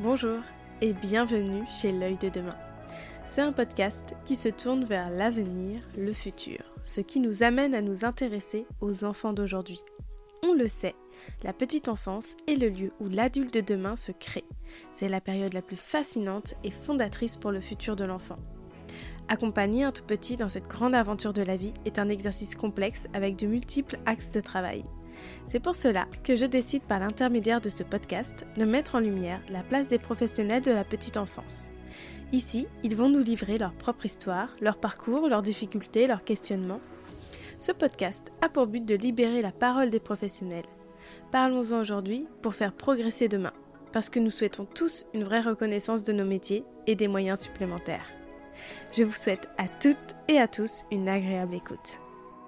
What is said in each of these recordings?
Bonjour et bienvenue chez L'œil de demain. C'est un podcast qui se tourne vers l'avenir, le futur, ce qui nous amène à nous intéresser aux enfants d'aujourd'hui. On le sait, la petite enfance est le lieu où l'adulte de demain se crée. C'est la période la plus fascinante et fondatrice pour le futur de l'enfant. Accompagner un tout petit dans cette grande aventure de la vie est un exercice complexe avec de multiples axes de travail. C'est pour cela que je décide par l'intermédiaire de ce podcast de mettre en lumière la place des professionnels de la petite enfance. Ici, ils vont nous livrer leur propre histoire, leur parcours, leurs difficultés, leurs questionnements. Ce podcast a pour but de libérer la parole des professionnels. Parlons-en aujourd'hui pour faire progresser demain, parce que nous souhaitons tous une vraie reconnaissance de nos métiers et des moyens supplémentaires. Je vous souhaite à toutes et à tous une agréable écoute.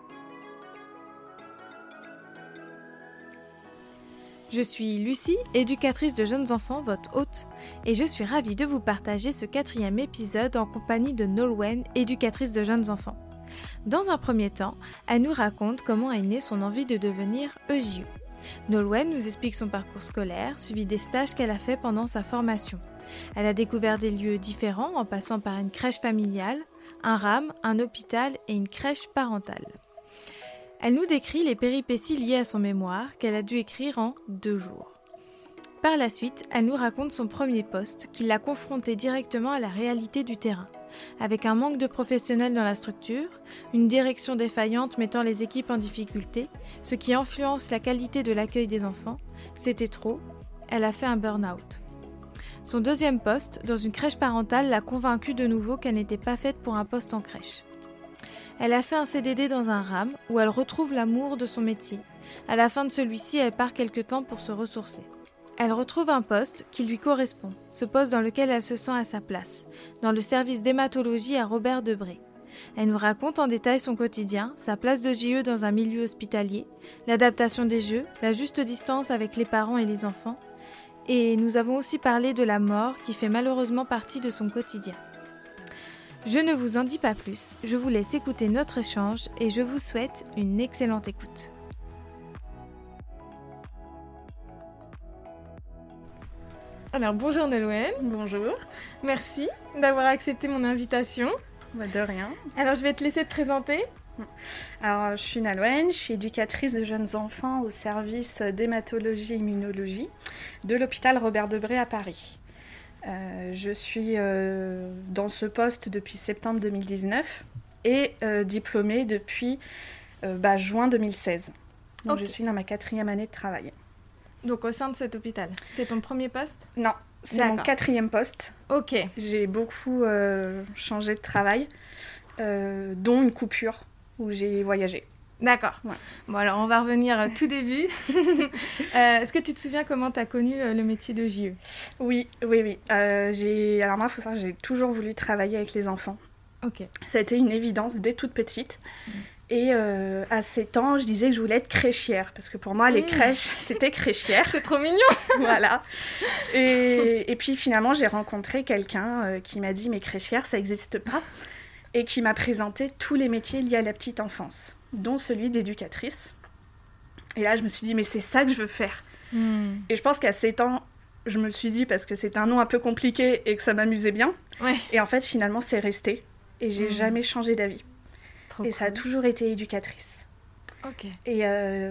Je suis Lucie, éducatrice de jeunes enfants, votre hôte, et je suis ravie de vous partager ce 4e épisode en compagnie de Nolwenn, éducatrice de jeunes enfants. Dans un premier temps, elle nous raconte comment est née son envie de devenir EJE. Nolwenn nous explique son parcours scolaire, suivi des stages qu'elle a fait pendant sa formation. Elle a découvert des lieux différents en passant par une crèche familiale, un RAM, un hôpital et une crèche parentale. Elle nous décrit les péripéties liées à son mémoire qu'elle a dû écrire en 2 jours. Par la suite, elle nous raconte son premier poste qui l'a confrontée directement à la réalité du terrain, avec un manque de professionnels dans la structure, une direction défaillante mettant les équipes en difficulté, ce qui influence la qualité de l'accueil des enfants. C'était trop, elle a fait un burn-out. Son 2e poste, dans une crèche parentale, l'a convaincue de nouveau qu'elle n'était pas faite pour un poste en crèche. Elle a fait un CDD dans un RAM où elle retrouve l'amour de son métier. À la fin de celui-ci, elle part quelque temps pour se ressourcer. Elle retrouve un poste qui lui correspond, ce poste dans lequel elle se sent à sa place, dans le service d'hématologie à Robert Debré. Elle nous raconte en détail son quotidien, sa place de JE dans un milieu hospitalier, l'adaptation des jeux, la juste distance avec les parents et les enfants. Et nous avons aussi parlé de la mort qui fait malheureusement partie de son quotidien. Je ne vous en dis pas plus, je vous laisse écouter notre échange et je vous souhaite une excellente écoute. Alors bonjour Nolwenn. Bonjour. Merci d'avoir accepté mon invitation. De rien. Alors je vais te laisser te présenter. Alors je suis Nolwenn, je suis éducatrice de jeunes enfants au service d'hématologie et immunologie de l'hôpital Robert Debré à Paris. Je suis dans ce poste depuis septembre 2019 et diplômée depuis juin 2016. Donc okay. Je suis dans ma 4e année de travail. Donc au sein de cet hôpital, c'est ton premier poste ? Non, c'est mon 4e poste. Ok. J'ai beaucoup changé de travail, dont une coupure où j'ai voyagé. D'accord. Ouais. Bon alors on va revenir tout début. Est-ce que tu te souviens comment tu as connu le métier de JE ? Oui. Alors moi, il faut savoir que j'ai toujours voulu travailler avec les enfants. Ok. Ça a été une évidence dès toute petite. Et à 7 ans, je disais que je voulais être crèchière. Parce que pour moi, les crèches, c'était crèchière. C'est trop mignon. Voilà. Et puis finalement, j'ai rencontré quelqu'un qui m'a dit « mais crèchière, ça n'existe pas ». Et qui m'a présenté tous les métiers liés à la petite enfance, dont celui d'éducatrice. Et là, je me suis dit, mais c'est ça que je veux faire. Et je pense qu'à 7 ans, je me suis dit, parce que c'est un nom un peu compliqué et que ça m'amusait bien. Ouais. Et en fait, finalement, c'est resté. Et j'ai jamais changé d'avis. Trop et cool. Ça a toujours été éducatrice. Ok. Et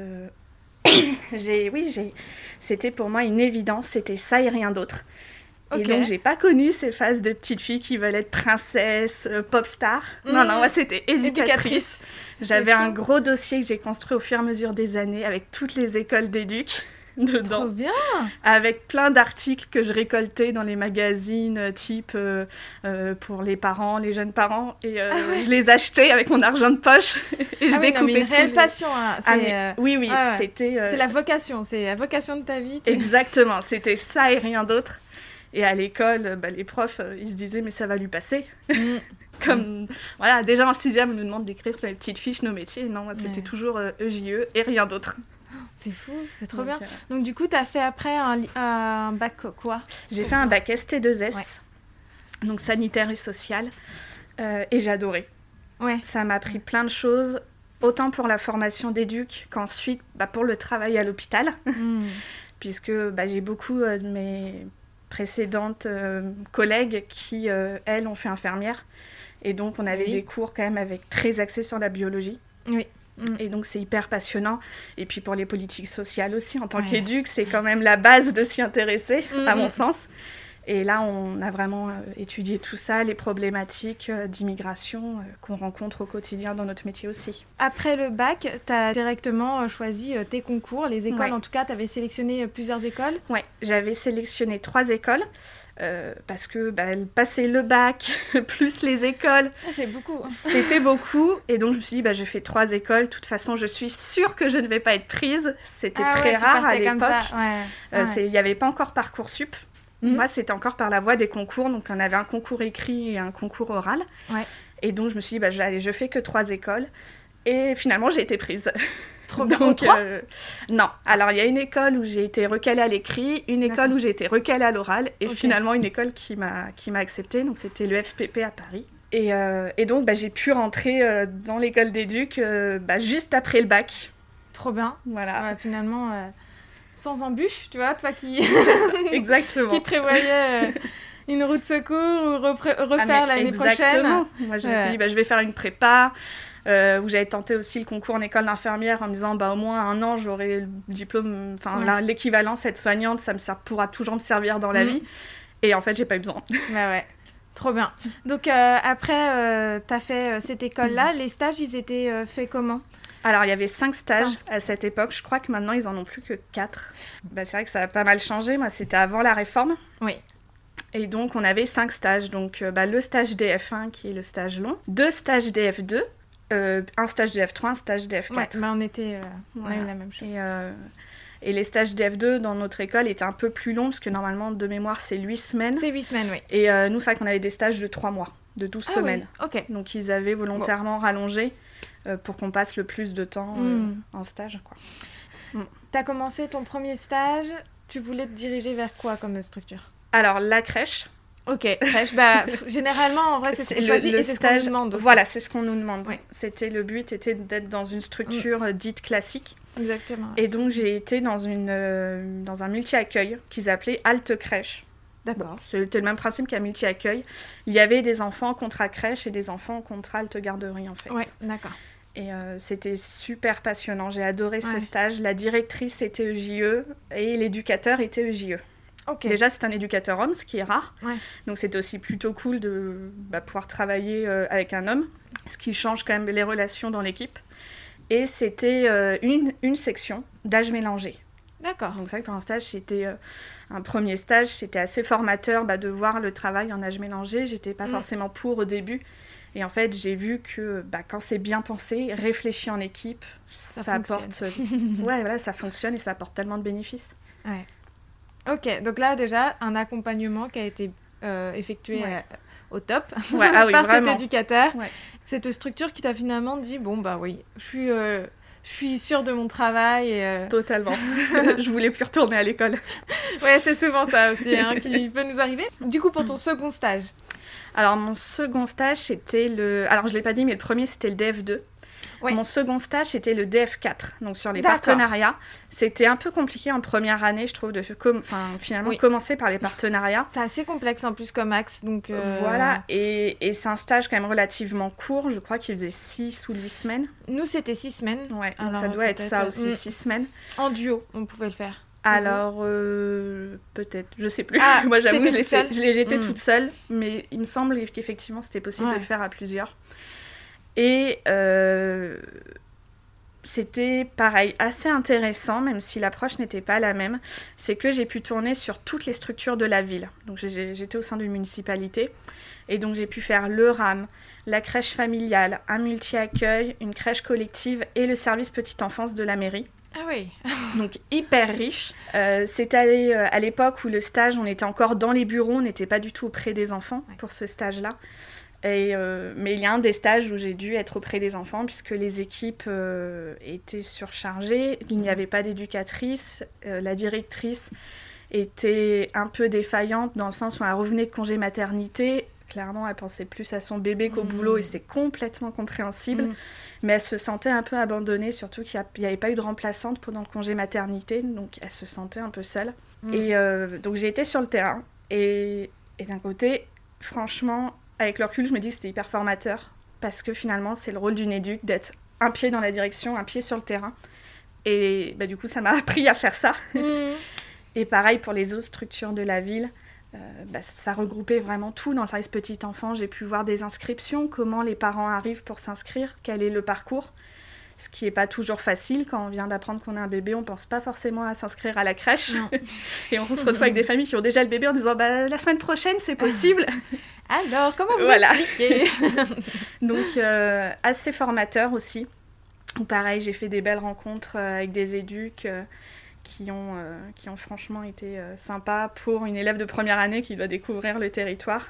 c'était pour moi une évidence, c'était ça et rien d'autre. Okay. Et donc, j'ai pas connu ces phases de petites filles qui veulent être princesse, pop star. Non, moi, c'était éducatrice. J'avais un gros dossier que j'ai construit au fur et à mesure des années avec toutes les écoles d'éduc dedans. Trop bien. Avec plein d'articles que je récoltais dans les magazines type pour les parents, les jeunes parents. Et je les achetais avec mon argent de poche. Et je découpais une réelle passion. Hein. Oui, c'était... C'est la vocation de ta vie. Exactement, c'était ça et rien d'autre. Et à l'école, les profs, ils se disaient « mais ça va lui passer ». Voilà, déjà en 6e, on nous demande d'écrire sur les petites fiches nos métiers. Non, moi, c'était toujours EJE et rien d'autre. C'est fou, c'est trop bien. Donc du coup, tu as fait après un bac quoi ? J'ai fait un bac ST2S, donc sanitaire et social, et j'ai adoré. Ouais. Ça m'a appris plein de choses, autant pour la formation d'éduc qu'ensuite pour le travail à l'hôpital, puisque j'ai beaucoup de précédentes collègues qui, elles, ont fait infirmière. Et donc, on avait des cours quand même très axés sur la biologie. Oui. Et donc, c'est hyper passionnant. Et puis, pour les politiques sociales aussi, en tant qu'éduc, c'est quand même la base de s'y intéresser, à mon sens. Et là, on a vraiment étudié tout ça, les problématiques d'immigration qu'on rencontre au quotidien dans notre métier aussi. Après le bac, tu as directement choisi tes concours, les écoles. En tout cas, tu avais sélectionné plusieurs écoles. Oui, j'avais sélectionné 3 écoles. Parce que passer le bac plus les écoles, c'est beaucoup. C'était beaucoup. Et donc, je me suis dit, je fais 3 écoles. De toute façon, je suis sûre que je ne vais pas être prise. C'était très rare à l'époque. Il n'y avait pas encore Parcoursup. Moi, c'était encore par la voie des concours. Donc, on avait un concours écrit et un concours oral. Et donc, je me suis dit, je fais que 3 écoles. Et finalement, j'ai été prise. Trop bien. Donc, non. Alors, il y a une école où j'ai été recalée à l'écrit, une école où j'ai été recalée à l'oral, et finalement, une école qui m'a acceptée. Donc, c'était le FPP à Paris. Et donc, j'ai pu rentrer dans l'école d'éduc juste après le bac. Trop bien. Voilà. Finalement... sans embûche, tu vois, toi qui, Exactement. qui prévoyais une route secours ou refaire l'année prochaine. Moi, je me suis dit, je vais faire une prépa, où j'avais tenté aussi le concours en école d'infirmière en me disant, au moins 1 an, j'aurai le diplôme, l'équivalence aide-soignante, ça pourra toujours me servir dans la vie. Et en fait, j'ai pas eu besoin. Trop bien. Donc, après, tu as fait cette école-là. Les stages, ils étaient faits comment ? Alors, il y avait 5 stages à cette époque. Je crois que maintenant, ils en ont plus que 4. C'est vrai que ça a pas mal changé. Moi, c'était avant la réforme. Oui. Et donc, on avait 5 stages. Donc, le stage DF1, qui est le stage long. 2 stages DF2. Un stage DF3, un stage DF4. Ouais, on a eu la même chose. Et les stages DF2 dans notre école étaient un peu plus longs, parce que normalement, de mémoire, c'est 8 semaines. C'est 8 semaines, oui. Et nous, c'est vrai qu'on avait des stages de 3 mois, de 12 semaines. Oui. Ok. Donc, ils avaient volontairement rallongé pour qu'on passe le plus de temps en stage, quoi. T'as commencé ton premier stage, tu voulais te diriger vers quoi comme structure ? Alors, la crèche. Ok, crèche. Généralement, en vrai, c'est ce qu'on choisit et c'est ce qu'on nous demande aussi. Voilà, c'est ce qu'on nous demande. Oui. Le but était d'être dans une structure dite classique. Exactement. Et donc, j'ai été dans un multi-accueil qu'ils appelaient Halte Crèche. D'accord. C'était le même principe qu'un multi-accueil. Il y avait des enfants en contrat crèche et des enfants en contrat halte garderie, en fait. Oui, d'accord. Et c'était super passionnant. J'ai adoré ce stage. La directrice était EJE et l'éducateur était EJE. Okay. Déjà, c'est un éducateur homme, ce qui est rare. Ouais. Donc, c'était aussi plutôt cool de pouvoir travailler avec un homme, ce qui change quand même les relations dans l'équipe. Et c'était une section d'âge mélangé. D'accord. Donc, c'est vrai que pour un stage, c'était un premier stage. C'était assez formateur de voir le travail en âge mélangé. J'étais pas forcément pour au début. Et en fait, j'ai vu que quand c'est bien pensé, réfléchi en équipe, ça apporte... ça fonctionne et ça apporte tellement de bénéfices. Ouais. Ok, donc là, déjà, un accompagnement qui a été effectué au top par cet éducateur. Ouais. Cette structure qui t'a finalement dit, je suis sûre de mon travail. Et, Totalement. Je voulais plus retourner à l'école. Ouais, c'est souvent ça aussi qui peut nous arriver. Du coup, pour ton second stage. Alors, mon second stage, c'était Alors, je ne l'ai pas dit, mais le premier, c'était le DF2. Ouais. Mon second stage, c'était le DF4. Donc, sur les partenariats. C'était un peu compliqué en première année, je trouve, de commencer par les partenariats. C'est assez complexe en plus comme axe. Donc, Voilà. Et c'est un stage quand même relativement court. Je crois qu'il faisait 6 ou 8 semaines. Nous, c'était 6 semaines. Ouais, donc ça doit être ça aussi, 6 semaines. En duo, on pouvait le faire. Alors, peut-être, je sais plus. Moi, j'avoue, j'étais toute seule, mais il me semble qu'effectivement, c'était possible de le faire à plusieurs. Et c'était, pareil, assez intéressant, même si l'approche n'était pas la même. C'est que j'ai pu tourner sur toutes les structures de la ville. Donc, j'étais au sein d'une municipalité. Et donc, j'ai pu faire le RAM, la crèche familiale, un multi-accueil, une crèche collective et le service petite enfance de la mairie. Ah oui. Donc hyper riche. C'était à l'époque où le stage, on était encore dans les bureaux, on n'était pas du tout auprès des enfants pour ce stage-là. Mais il y a un des stages où j'ai dû être auprès des enfants puisque les équipes étaient surchargées, il n'y avait pas d'éducatrice, la directrice était un peu défaillante dans le sens où elle revenait de congé maternité. Clairement, elle pensait plus à son bébé qu'au boulot et c'est complètement compréhensible. Mais elle se sentait un peu abandonnée, surtout qu'il n'y avait pas eu de remplaçante pendant le congé maternité, donc elle se sentait un peu seule. Et donc j'ai été sur le terrain Et d'un côté, franchement, avec le recul, je me dis que c'était hyper formateur, parce que finalement, c'est le rôle d'une éduque d'être un pied dans la direction, un pied sur le terrain. Et du coup, ça m'a appris à faire ça. Et pareil pour les autres structures de la ville. Ça regroupait vraiment tout. Dans le service petite enfant, j'ai pu voir des inscriptions, comment les parents arrivent pour s'inscrire, quel est le parcours. Ce qui n'est pas toujours facile. Quand on vient d'apprendre qu'on a un bébé, on ne pense pas forcément à s'inscrire à la crèche. Et on se retrouve avec des familles qui ont déjà le bébé en disant la semaine prochaine, c'est possible. Alors, comment vous expliquer? Donc, assez formateur aussi. Pareil, j'ai fait des belles rencontres avec des éduques qui ont franchement été sympas pour une élève de première année qui doit découvrir le territoire.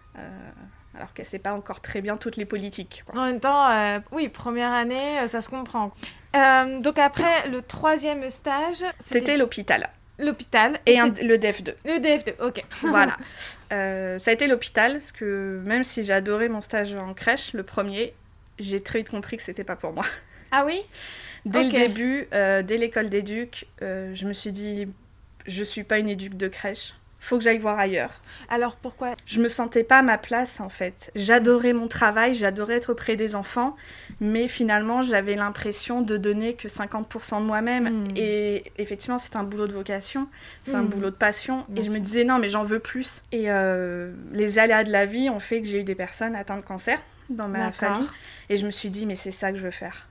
Alors qu'elle ne sait pas encore très bien toutes les politiques. En même temps, oui, première année, ça se comprend. Donc après, le 3e stage... C'était l'hôpital. L'hôpital. Et le DEF2. Le DEF2, ok. Voilà. Ça a été l'hôpital, parce que même si j'ai adoré mon stage en crèche, le premier, j'ai très vite compris que c'était pas pour moi. Ah oui? Dès le début, dès l'école d'éduc, je me suis dit, je suis pas une éduque de crèche. Faut que j'aille voir ailleurs. Alors pourquoi? Je me sentais pas à ma place en fait. J'adorais mon travail, j'adorais être auprès des enfants, mais finalement j'avais l'impression de donner que 50% de moi-même. Et effectivement c'est un boulot de vocation, c'est un boulot de passion. Bien sûr. Je me disais non mais j'en veux plus. Et les aléas de la vie ont fait que j'ai eu des personnes atteintes de cancer dans ma famille. Et je me suis dit mais c'est ça que je veux faire.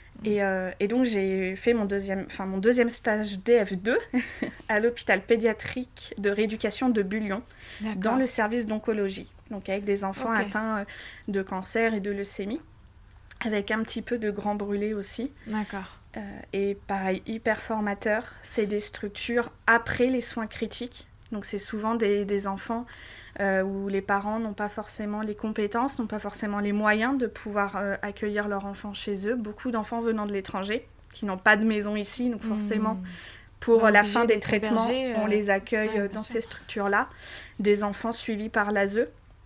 Et donc j'ai fait mon deuxième stage DF2 à l'hôpital pédiatrique de rééducation de Bullion, dans le service d'oncologie, donc avec des enfants atteints de cancer et de leucémie, avec un petit peu de grands brûlés aussi. D'accord. Et pareil, hyper formateur, c'est des structures après les soins critiques, donc c'est souvent des enfants où les parents n'ont pas forcément les compétences, n'ont pas forcément les moyens de pouvoir accueillir leur enfant chez eux. Beaucoup d'enfants venant de l'étranger, qui n'ont pas de maison ici, donc forcément, pour la fin des traitements, on les accueille dans ces structures-là. Des enfants suivis par l'ASE.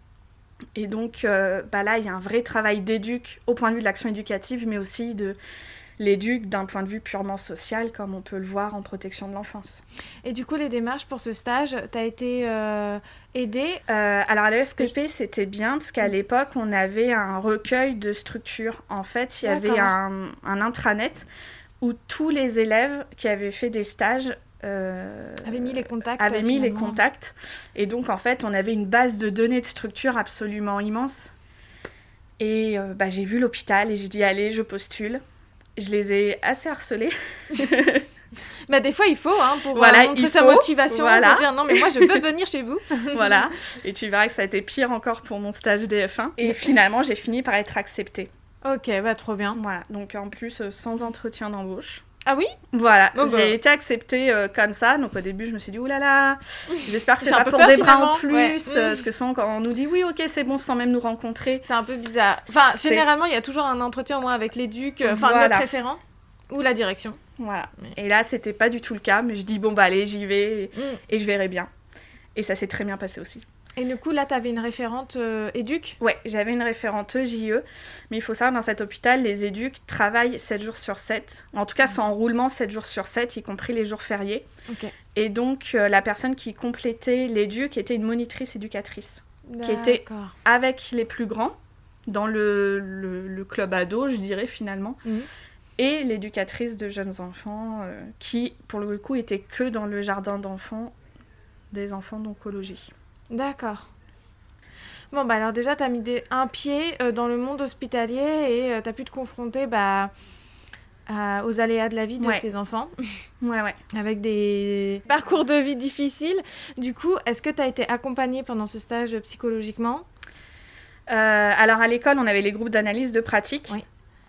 Et donc là, il y a un vrai travail d'éduc au point de vue de l'action éducative, mais aussi de l'éduc d'un point de vue purement social, comme on peut le voir en protection de l'enfance. Et du coup, les démarches pour ce stage, tu as été aidée Alors, à l'ESCP, c'était bien, parce qu'à l'époque, on avait un recueil de structures. En fait, il y avait un intranet où tous les élèves qui avaient fait des stages avaient mis les contacts. Et donc, en fait, on avait une base de données de structures absolument immense. Et j'ai vu l'hôpital et j'ai dit, allez, je postule. Je les ai assez harcelés. Des fois, il faut, pour montrer sa motivation, pour dire non, mais moi, je veux venir chez vous. Voilà. Et tu verras que ça a été pire encore pour mon stage DF1. Et finalement, j'ai fini par être acceptée. Ok, trop bien. Voilà. Donc, en plus, sans entretien d'embauche. Ah oui? Voilà, j'ai été acceptée comme ça. Donc au début, je me suis dit, oulala, j'espère que c'est pas pour des bras en plus. Parce que souvent, quand on nous dit, oui, ok, c'est bon, sans même nous rencontrer. C'est un peu bizarre. Enfin, généralement, il y a toujours un entretien au moins avec l'éduc, notre référent ou la direction. Voilà. Et là, c'était pas du tout le cas. Mais je dis, allez, j'y vais et je verrai bien. Et ça s'est très bien passé aussi. Et du coup, là, tu avais une référente éduc? Ouais, j'avais une référente JE. Mais il faut savoir, dans cet hôpital, les éducs travaillent 7 jours sur 7. En tout cas, sont en roulement 7 jours sur 7, y compris les jours fériés. Okay. Et donc, la personne qui complétait l'éduc était une monitrice éducatrice. Qui était avec les plus grands, dans le club ado, je dirais, finalement. Et l'éducatrice de jeunes enfants, qui, pour le coup, était que dans le jardin d'enfants, des enfants d'oncologie. D'accord. Bon, alors déjà, tu as mis un pied dans le monde hospitalier et tu as pu te confronter aux aléas de la vie de ces enfants. Ouais. Avec des parcours de vie difficiles. Du coup, est-ce que tu as été accompagnée pendant ce stage psychologiquement? Alors, à l'école, on avait les groupes d'analyse de pratique. Oui.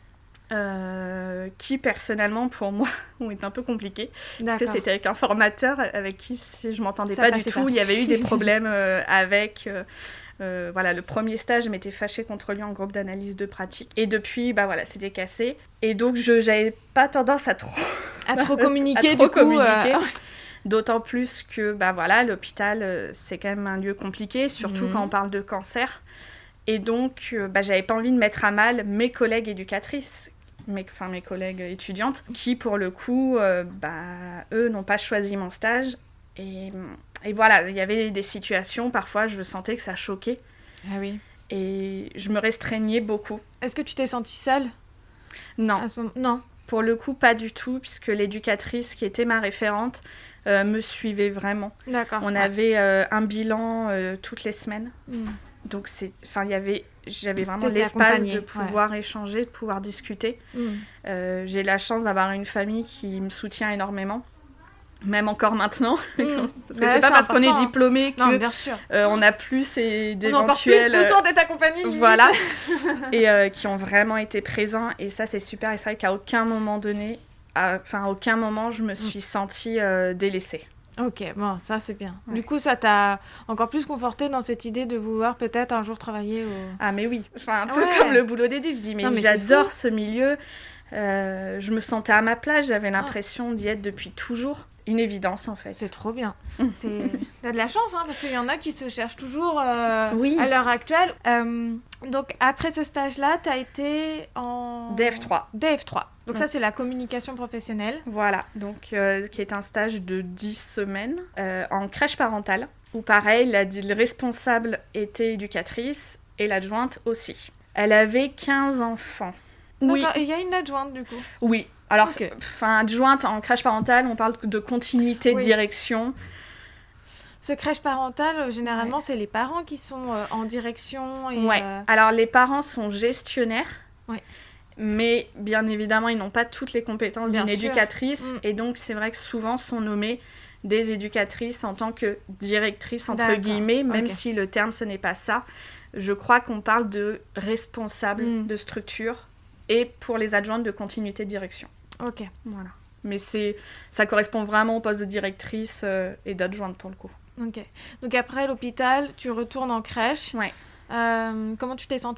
Qui personnellement pour moi ont été un peu compliqués parce que c'était avec un formateur avec qui je m'entendais pas du tout. Il y avait eu des problèmes avec le premier stage, je m'étais fâchée contre lui en groupe d'analyse de pratique et depuis c'était cassé et donc j'avais pas tendance à trop communiquer d'autant plus que l'hôpital c'est quand même un lieu compliqué, surtout quand on parle de cancer. Et donc, j'avais pas envie de mettre à mal mes collègues éducatrices, mes collègues étudiantes, qui, pour le coup, eux n'ont pas choisi mon stage. Et voilà, il y avait des situations, parfois je sentais que ça choquait. Ah oui. Et je me restreignais beaucoup. Est-ce que tu t'es sentie seule ? Non. À ce moment... Non. Pour le coup, pas du tout, puisque l'éducatrice qui était ma référente me suivait vraiment. D'accord. On avait un bilan toutes les semaines. Donc, j'avais vraiment l'espace de pouvoir échanger, de pouvoir discuter. J'ai la chance d'avoir une famille qui me soutient énormément. Même encore maintenant. Parce que c'est pas parce qu'on est diplômé que bien sûr. on a plus d'éventuels... On a encore plus besoin d'être accompagné. Voilà. Et qui ont vraiment été présents. Et ça, c'est super. Et c'est vrai qu'à aucun moment donné, à aucun moment, je me suis sentie délaissée. Ok, bon, ça c'est bien. Ouais. Du coup, ça t'a encore plus confortée dans cette idée de vouloir peut-être un jour travailler au... Ah mais oui, un peu comme le boulot d'éduc. Je dis, mais j'adore ce milieu. Je me sentais à ma place, j'avais l'impression d'y être depuis toujours. Une évidence en fait. C'est trop bien. T'as de la chance, hein, parce qu'il y en a qui se cherchent toujours à l'heure actuelle. Donc après ce stage-là, t'as été en... DF3. Donc ça, c'est la communication professionnelle. Voilà, donc qui est un stage de 10 semaines en crèche parentale, où pareil, la responsable était éducatrice et l'adjointe aussi. Elle avait 15 enfants. Oui. Et il y a une adjointe du coup. Oui. Alors, adjointe en crèche parentale, on parle de continuité de direction. Ce crèche parentale, généralement, c'est les parents qui sont en direction. Et, Alors, les parents sont gestionnaires, mais bien évidemment, ils n'ont pas toutes les compétences d'une éducatrice. Et donc, c'est vrai que souvent sont nommées des éducatrices en tant que directrices, entre guillemets, même si le terme, ce n'est pas ça. Je crois qu'on parle de responsable de structure. Et pour les adjointes de continuité de direction. Ok. Voilà. Mais ça correspond vraiment au poste de directrice et d'adjointe pour le coup. Ok. Donc après l'hôpital, tu retournes en crèche. Ouais. Comment tu t'es sentie ?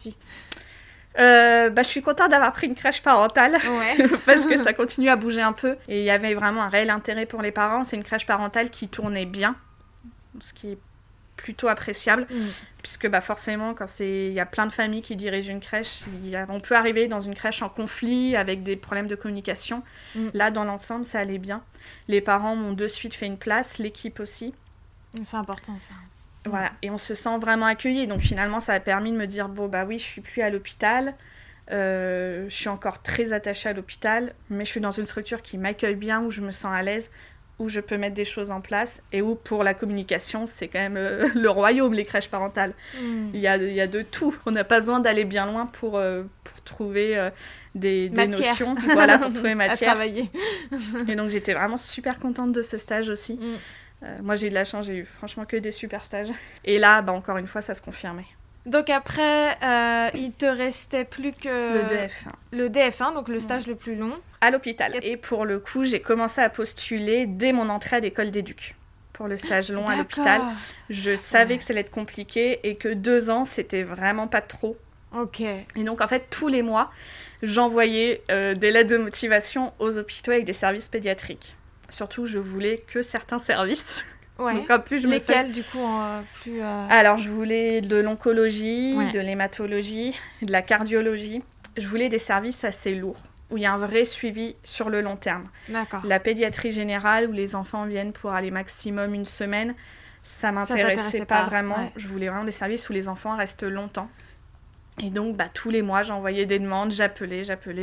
Je suis contente d'avoir pris une crèche parentale parce que ça continue à bouger un peu. Et il y avait vraiment un réel intérêt pour les parents. C'est une crèche parentale qui tournait bien, ce qui est plutôt appréciable, puisque forcément, quand il y a plein de familles qui dirigent une crèche, on peut arriver dans une crèche en conflit avec des problèmes de communication. Là, dans l'ensemble, ça allait bien. Les parents m'ont de suite fait une place, l'équipe aussi. C'est important, ça. Voilà, et on se sent vraiment accueillis. Donc finalement, ça a permis de me dire, je suis plus à l'hôpital, je suis encore très attachée à l'hôpital, mais je suis dans une structure qui m'accueille bien, où je me sens à l'aise, où je peux mettre des choses en place et où pour la communication, c'est quand même le royaume, les crèches parentales. Il y a de tout. On n'a pas besoin d'aller bien loin pour trouver des notions, pour trouver matière. À travailler. Et donc, j'étais vraiment super contente de ce stage aussi. Moi, j'ai eu de la chance, j'ai eu franchement que des super stages. Et là, encore une fois, ça se confirmait. Donc après, il te restait plus que... Le DF1. Le DF1, donc le stage le plus long. À l'hôpital. Et pour le coup, j'ai commencé à postuler dès mon entrée à l'école d'éduc. Pour le stage long à l'hôpital. Je savais que ça allait être compliqué et que 2 ans, c'était vraiment pas trop. Ok. Et donc, en fait, tous les mois, j'envoyais des lettres de motivation aux hôpitaux avec des services pédiatriques. Surtout, je voulais que certains services... Donc, en plus, lesquels, du coup, plus... Alors, je voulais de l'oncologie, de l'hématologie, de la cardiologie. Je voulais des services assez lourds, où il y a un vrai suivi sur le long terme. D'accord. La pédiatrie générale, où les enfants viennent pour aller maximum 1 semaine, ça m'intéressait pas vraiment. Ouais. Je voulais vraiment des services où les enfants restent longtemps. Et donc, tous les mois, j'envoyais des demandes, j'appelais.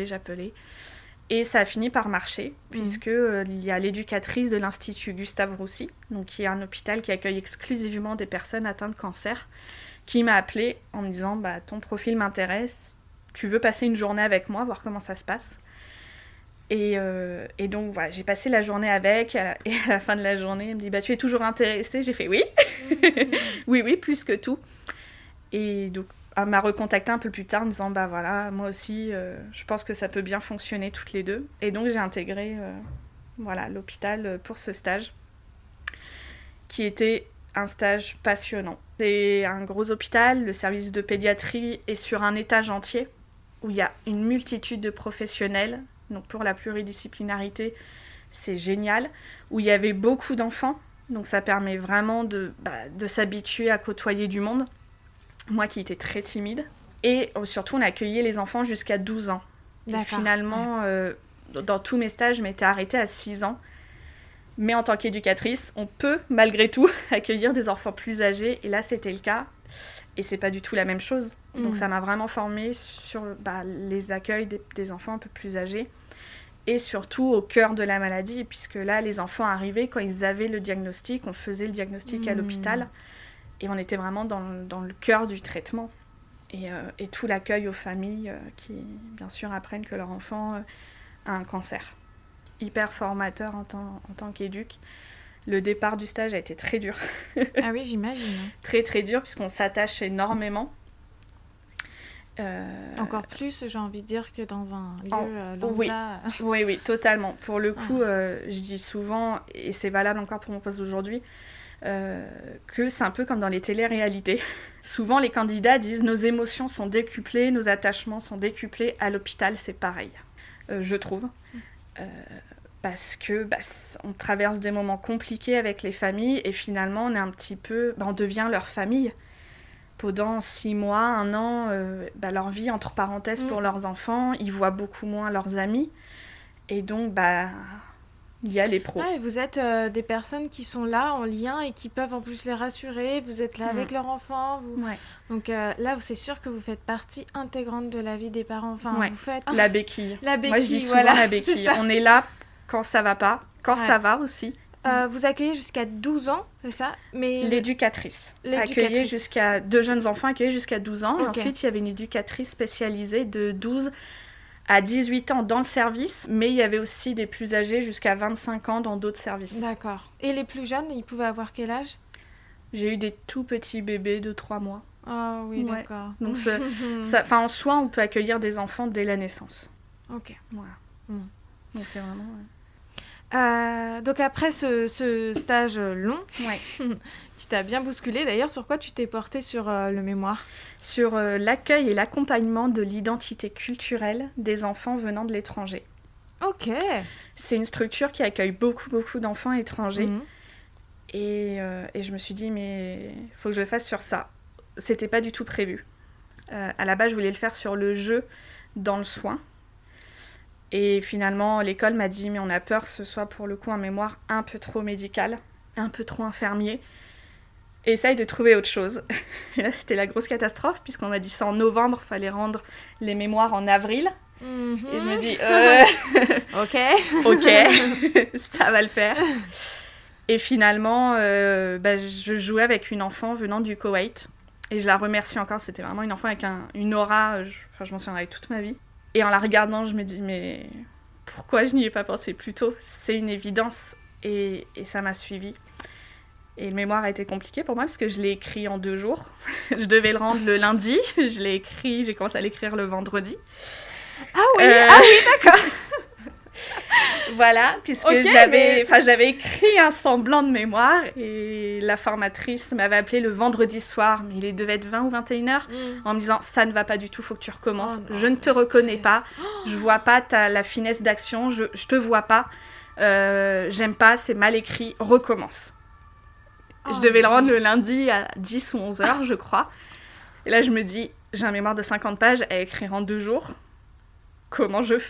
Et ça a fini par marcher, puisque il y a l'éducatrice de l'Institut Gustave Roussy, donc qui est un hôpital qui accueille exclusivement des personnes atteintes de cancer, qui m'a appelée en me disant « Ton profil m'intéresse, tu veux passer une journée avec moi, voir comment ça se passe ?» Et donc voilà, j'ai passé la journée avec, et à la fin de la journée, elle me dit « Tu es toujours intéressée ?» J'ai fait « Oui, oui, plus que tout. » Et donc, elle m'a recontacté un peu plus tard en me disant moi aussi je pense que ça peut bien fonctionner toutes les deux, et donc j'ai intégré l'hôpital pour ce stage qui était un stage passionnant. C'est un gros hôpital, le service de pédiatrie est sur un étage entier où il y a une multitude de professionnels, donc pour la pluridisciplinarité c'est génial, où il y avait beaucoup d'enfants, donc ça permet vraiment de s'habituer à côtoyer du monde. Moi qui étais très timide. Et surtout, on accueillait les enfants jusqu'à 12 ans. Et finalement, dans tous mes stages, je m'étais arrêtée à 6 ans. Mais en tant qu'éducatrice, on peut malgré tout accueillir des enfants plus âgés. Et là, c'était le cas. Et c'est pas du tout la même chose. Donc ça m'a vraiment formée sur les accueils des enfants un peu plus âgés. Et surtout au cœur de la maladie. Puisque là, les enfants arrivaient quand ils avaient le diagnostic. On faisait le diagnostic à l'hôpital. Et on était vraiment dans le cœur du traitement. Et tout l'accueil aux familles qui, bien sûr, apprennent que leur enfant a un cancer. Hyper formateur en tant qu'éduc. Le départ du stage a été très dur. Ah oui, j'imagine. Très, très dur, puisqu'on s'attache énormément. Encore plus, j'ai envie de dire, que dans un lieu lambda. Oui, totalement. Pour le coup, je dis souvent, et c'est valable encore pour mon poste d'aujourd'hui, que c'est un peu comme dans les téléréalités. Souvent, les candidats disent « Nos émotions sont décuplées, nos attachements sont décuplés. À l'hôpital, c'est pareil. » Je trouve. Parce que on traverse des moments compliqués avec les familles et finalement on est un petit peu, on devient leur famille pendant 6 mois, 1 an, leur vie entre parenthèses pour leurs enfants, ils voient beaucoup moins leurs amis et donc il y a les pros. Ouais, vous êtes des personnes qui sont là en lien et qui peuvent en plus les rassurer, vous êtes là avec leur enfant, donc là c'est sûr que vous faites partie intégrante de la vie des parents, vous faites... La béquille. La béquille, moi je dis souvent la béquille, on est là quand ça va pas, quand ça va aussi. Vous accueillez jusqu'à 12 ans, c'est ça? Mais L'éducatrice. Accueillait jusqu'à 2 jeunes enfants, accueillait jusqu'à 12 ans. Okay. Et ensuite, il y avait une éducatrice spécialisée de 12 à 18 ans dans le service, mais il y avait aussi des plus âgés jusqu'à 25 ans dans d'autres services. D'accord. Et les plus jeunes, ils pouvaient avoir quel âge? J'ai eu des tout petits bébés de 3 mois. Ah oui, d'accord. Donc, en soi, on peut accueillir des enfants dès la naissance. Ok. Voilà. Donc, c'est vraiment... donc après ce stage long, qui t'a bien bousculé, d'ailleurs, sur quoi tu t'es portée sur le mémoire? Sur l'accueil et l'accompagnement de l'identité culturelle des enfants venant de l'étranger. Ok. C'est une structure qui accueille beaucoup d'enfants étrangers. Et je me suis dit, mais il faut que je le fasse sur ça. C'était pas du tout prévu. À la base, je voulais le faire sur le jeu dans le soin. Et finalement, l'école m'a dit, mais on a peur que ce soit pour le coup un mémoire un peu trop médical, un peu trop infirmier. Essaye de trouver autre chose. Et là, c'était la grosse catastrophe, puisqu'on m'a dit ça en novembre, il fallait rendre les mémoires en avril. Et je me dis, ok, ça va le faire. Et finalement, je jouais avec une enfant venant du Koweït. Et je la remercie encore, c'était vraiment une enfant avec une aura, je m'en souviendrai toute ma vie. Et en la regardant, je me dis, mais pourquoi je n'y ai pas pensé plus tôt? C'est une évidence. Et ça m'a suivie. Et le mémoire a été compliqué pour moi, parce que je l'ai écrit en 2 jours. Je devais le rendre le lundi. J'ai commencé à l'écrire le vendredi. Ah oui, d'accord. Voilà, puisque j'avais écrit un semblant de mémoire et la formatrice m'avait appelé le vendredi soir, mais il devait être 20 ou 21h, en me disant « ça ne va pas du tout, faut que tu recommences, je ne te reconnais pas, je vois pas la finesse d'action, je te vois pas, j'aime pas, c'est mal écrit, recommence ». Je devais le rendre le lundi à 10 ou 11h, je crois. Et là, je me dis, j'ai un mémoire de 50 pages à écrire en 2 jours, comment je fais ?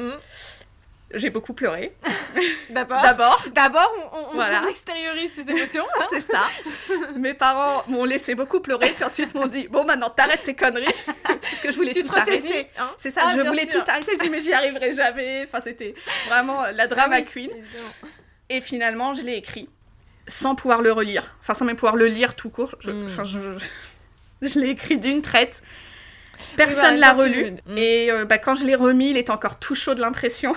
J'ai beaucoup pleuré. D'abord, on extériorise ses émotions. Hein. C'est ça. Mes parents m'ont laissé beaucoup pleurer, puis ensuite m'ont dit « Bon, maintenant, t'arrêtes tes conneries. » Parce que je voulais tout arrêter. Hein. C'est ça, je voulais tout arrêter. Je dis « Mais j'y arriverai jamais. » Enfin, c'était vraiment la drama queen. Et finalement, je l'ai écrit, sans pouvoir le relire. Enfin, sans même pouvoir le lire tout court. Je l'ai écrit d'une traite. Personne l'a relu. Et quand je l'ai remis, il était encore tout chaud de l'impression.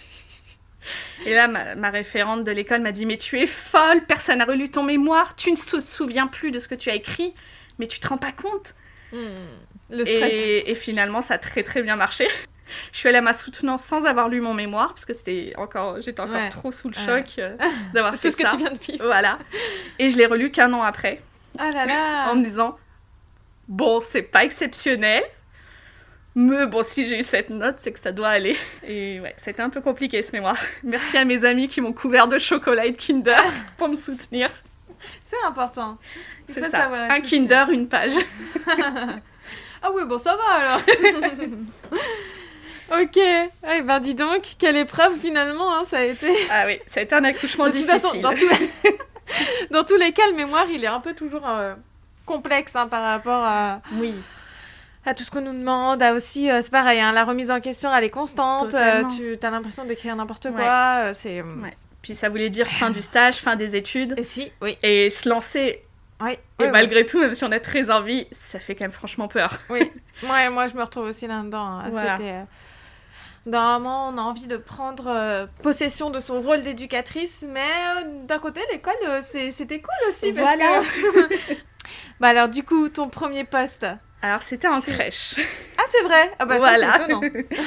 Et là, ma référente de l'école m'a dit « Mais tu es folle, personne n'a relu ton mémoire, tu ne te souviens plus de ce que tu as écrit, mais tu te rends pas compte. » Le stress. Et finalement, ça a très très bien marché. Je suis allée à ma soutenance sans avoir lu mon mémoire, parce que j'étais encore trop sous le choc d'avoir fait ça. Tout ce que tu viens de vivre. Voilà. Et je l'ai relu qu'1 an après. Ah là là. En me disant « Bon, c'est pas exceptionnel. » Mais bon, si j'ai eu cette note, c'est que ça doit aller. Et ouais, c'était un peu compliqué ce mémoire. Merci à mes amis qui m'ont couvert de chocolat et de Kinder pour me soutenir. C'est important. C'est ça, un Kinder, une page. Ah oui, bon, ça va alors. Ok, eh ben dis donc, quelle épreuve finalement, hein, ça a été. Ah oui, ça a été un accouchement De toute difficile. façon, dans tous les cas, le mémoire, il est un peu toujours complexe hein, par rapport Oui. à tout ce qu'on nous demande. Aussi, c'est pareil, hein, la remise en question, elle est constante. Tu as l'impression d'écrire n'importe quoi. C'est. Ouais. Puis ça voulait dire fin du stage, fin des études. Et si, oui. Et se lancer. Oui. Et malgré tout, même si on a très envie, ça fait quand même franchement peur. Oui. Ouais, moi, je me retrouve aussi là-dedans. Hein. Voilà. C'était. Normalement, on a envie de prendre possession de son rôle d'éducatrice, mais d'un côté, l'école, c'était cool aussi. Parce Voilà. Que... bah alors, du coup, ton premier poste. Alors, c'était en crèche. Ah, c'est vrai. Ah bah voilà. ça, c'est étonnant.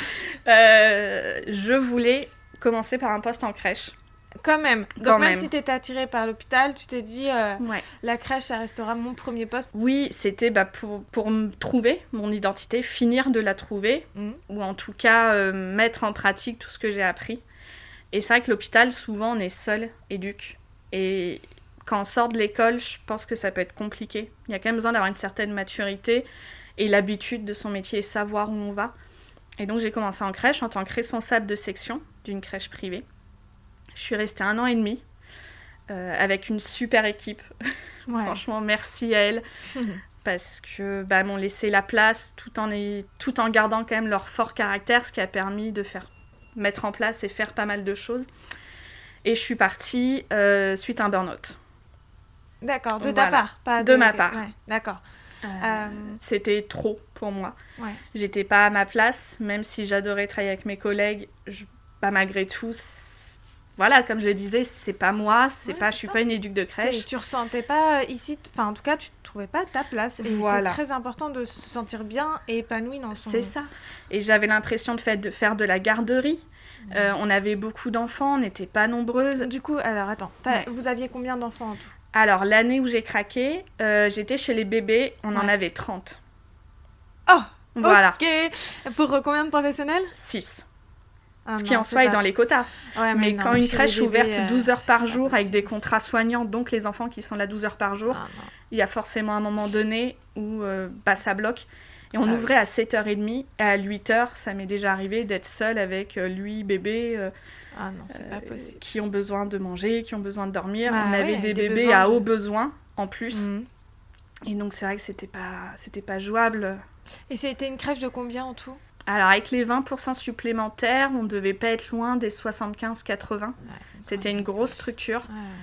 Je voulais commencer par un poste en crèche. Quand même. Donc même si tu étais attirée par l'hôpital, tu t'es dit la crèche, ça restera mon premier poste. Oui, c'était pour me trouver mon identité, finir de la trouver, ou en tout cas mettre en pratique tout ce que j'ai appris. Et c'est vrai que l'hôpital, souvent, on est seul, éduque. Et quand on sort de l'école, je pense que ça peut être compliqué. Il y a quand même besoin d'avoir une certaine maturité et l'habitude de son métier et savoir où on va. Et donc j'ai commencé en crèche en tant que responsable de section d'une crèche privée. Je suis restée 1 an et demi avec une super équipe. Ouais. Franchement, merci à elle. Parce que m'ont laissé la place tout en gardant quand même leur fort caractère, ce qui a permis de mettre en place et faire pas mal de choses. Et je suis partie suite à un burn-out. D'accord, de ta part, pas de ma part. Ouais, d'accord. C'était trop pour moi. Ouais. J'étais pas à ma place, même si j'adorais travailler avec mes collègues. Malgré tout, voilà, comme je le disais, c'est pas moi, je suis pas une éduque de crèche. Tu ressentais pas ici, enfin en tout cas, tu trouvais pas ta place. Et c'est très important de se sentir bien et épanoui dans son... C'est ça. Et j'avais l'impression de faire de la garderie. On avait beaucoup d'enfants, on n'était pas nombreuses. Du coup, alors attends, vous aviez combien d'enfants en tout ? Alors, l'année où j'ai craqué, j'étais chez les bébés, on en avait 30. Oh, voilà. Ok. Pour combien de professionnels ? 6. Ce qui en soi est dans les quotas. Ouais, mais quand une crèche est ouverte 12 heures par jour avec des contrats soignants, donc les enfants qui sont là 12 heures par jour, il y a forcément un moment donné où ça bloque. Et on ouvrait à 7h30 et à 8h, ça m'est déjà arrivé d'être seule avec lui, bébé, c'est pas possible. qui ont besoin de manger, qui ont besoin de dormir. On avait des bébés à haut besoin en plus. Et donc c'est vrai que c'était pas jouable. Et c'était une crèche de combien en tout ? Alors, avec les 20% supplémentaires, on ne devait pas être loin des 75-80. Ouais, c'était une grosse structure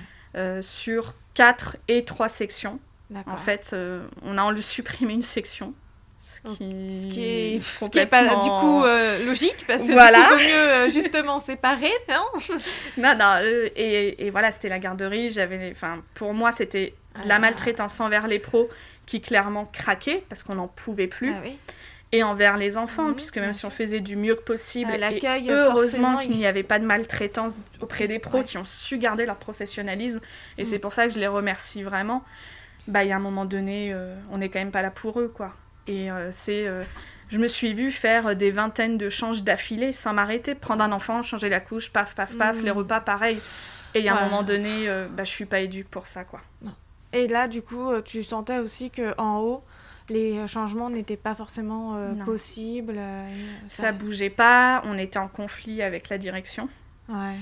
sur 4 et 3 sections. D'accord. En fait, on a supprimé une section. Ce qui est pas du coup logique, parce que voilà. du coup, il vaut mieux justement séparer, non ? Non, et voilà, c'était la garderie. Pour moi, c'était de la maltraitance envers les pros qui clairement craquaient parce qu'on n'en pouvait plus. Ah, oui. Et envers les enfants, puisque même si on faisait du mieux que possible, l'accueil, et heureusement qu'il n'y avait pas de maltraitance auprès des pros qui ont su garder leur professionnalisme. Et c'est pour ça que je les remercie vraiment. Il y a un moment donné, on n'est quand même pas là pour eux, quoi. Et je me suis vue faire des vingtaines de changes d'affilée sans m'arrêter, prendre un enfant, changer la couche, paf, paf, paf, les repas, pareil. Et il y a un moment donné, je suis pas éduque pour ça, quoi. Non. Et là, du coup, tu sentais aussi qu'en haut, les changements n'étaient pas forcément possibles. Ça bougeait pas, on était en conflit avec la direction. Ouais.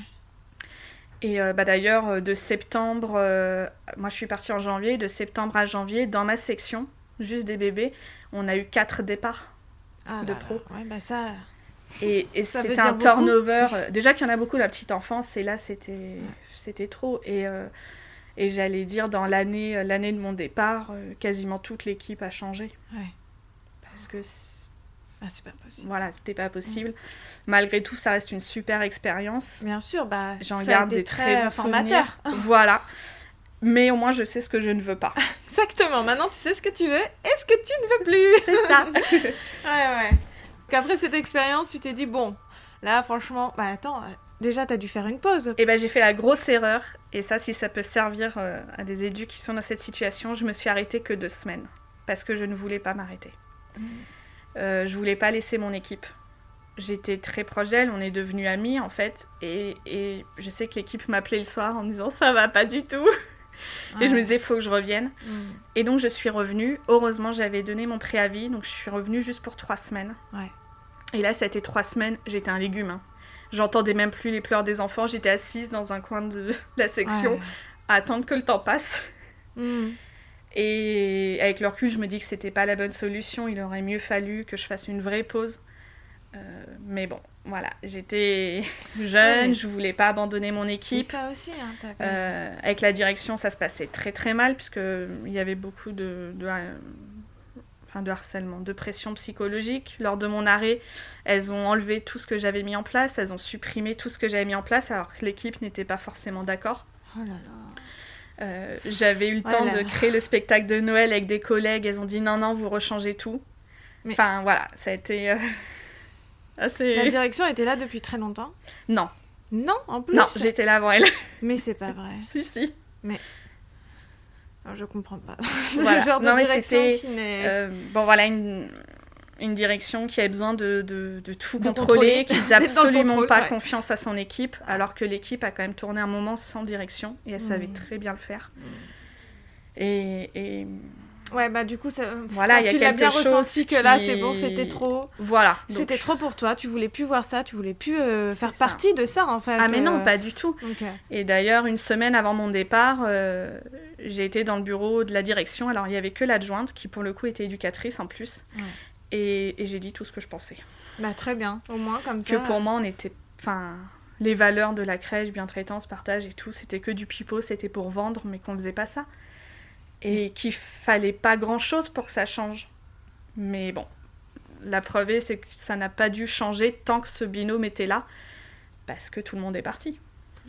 Et d'ailleurs, de septembre, moi je suis partie en janvier, de septembre à janvier, dans ma section, juste des bébés, on a eu 4 départs de pros. Ouais, ça... Et c'était un turnover. Déjà qu'il y en a beaucoup la petite enfance, et là c'était trop. Et j'allais dire, dans l'année de mon départ, quasiment toute l'équipe a changé. Ouais. Parce que c'est pas possible. Voilà, c'était pas possible. Malgré tout, ça reste une super expérience. Bien sûr, j'en garde des très bons souvenirs. Voilà. Mais au moins, je sais ce que je ne veux pas. Exactement. Maintenant, tu sais ce que tu veux et ce que tu ne veux plus. C'est ça. Ouais. Donc après cette expérience, tu t'es dit, bon, là, franchement, attends... Déjà, t'as dû faire une pause. Et j'ai fait la grosse erreur. Et ça, si ça peut servir à des éducs qui sont dans cette situation, je me suis arrêtée que 2 semaines. Parce que je ne voulais pas m'arrêter. Je voulais pas laisser mon équipe. J'étais très proche d'elle, on est devenus amis, en fait. Et je sais que l'équipe m'appelait le soir en me disant « ça va pas du tout ». Et je me disais « faut que je revienne ». Et donc, je suis revenue. Heureusement, j'avais donné mon préavis. Donc, je suis revenue juste pour 3 semaines. Ouais. Et là, ça a été 3 semaines, j'étais un légume. Hein. J'entendais même plus les pleurs des enfants, j'étais assise dans un coin de la section à attendre que le temps passe. Et avec le recul, je me dis que c'était pas la bonne solution, il aurait mieux fallu que je fasse une vraie pause. Mais bon, voilà, j'étais jeune, je voulais pas abandonner mon équipe. C'est ça aussi, hein, avec la direction, ça se passait très très mal, puisqu'il y avait beaucoup de harcèlement, de pression psychologique. Lors de mon arrêt, elles ont enlevé tout ce que j'avais mis en place, elles ont supprimé tout ce que j'avais mis en place, alors que l'équipe n'était pas forcément d'accord. Oh là là. J'avais eu le temps de créer le spectacle de Noël avec des collègues, elles ont dit non, vous rechangez tout. Mais... Enfin, voilà, ça a été... assez... La direction était là depuis très longtemps ? Non. Non, en plus ? Non, j'étais là avant elle. Mais c'est pas vrai. Si. Mais... Alors, je comprends pas. Voilà. Ce genre de direction qui n'est... bon, voilà, une direction qui a besoin de tout contrôler, qui n'a absolument pas confiance à son équipe, alors que l'équipe a quand même tourné un moment sans direction, et elle savait très bien le faire. Et... Ouais, bah du coup, voilà, tu l'as bien ressenti que là, c'est bon, c'était trop. Voilà. C'était trop pour toi, tu voulais plus voir ça, tu voulais plus faire partie de ça, en fait. Ah mais non, pas du tout. Okay. Et d'ailleurs, une semaine avant mon départ, j'ai été dans le bureau de la direction. Alors, il n'y avait que l'adjointe, qui pour le coup était éducatrice en plus. Ouais. Et j'ai dit tout ce que je pensais. Bah très bien, au moins comme ça. Que pour moi, on était... Enfin, les valeurs de la crèche, bientraitance, partage et tout, c'était que du pipeau, c'était pour vendre, mais qu'on faisait pas ça. Et qu'il fallait pas grand-chose pour que ça change. Mais bon, la preuve est, c'est que ça n'a pas dû changer tant que ce binôme était là, parce que tout le monde est parti.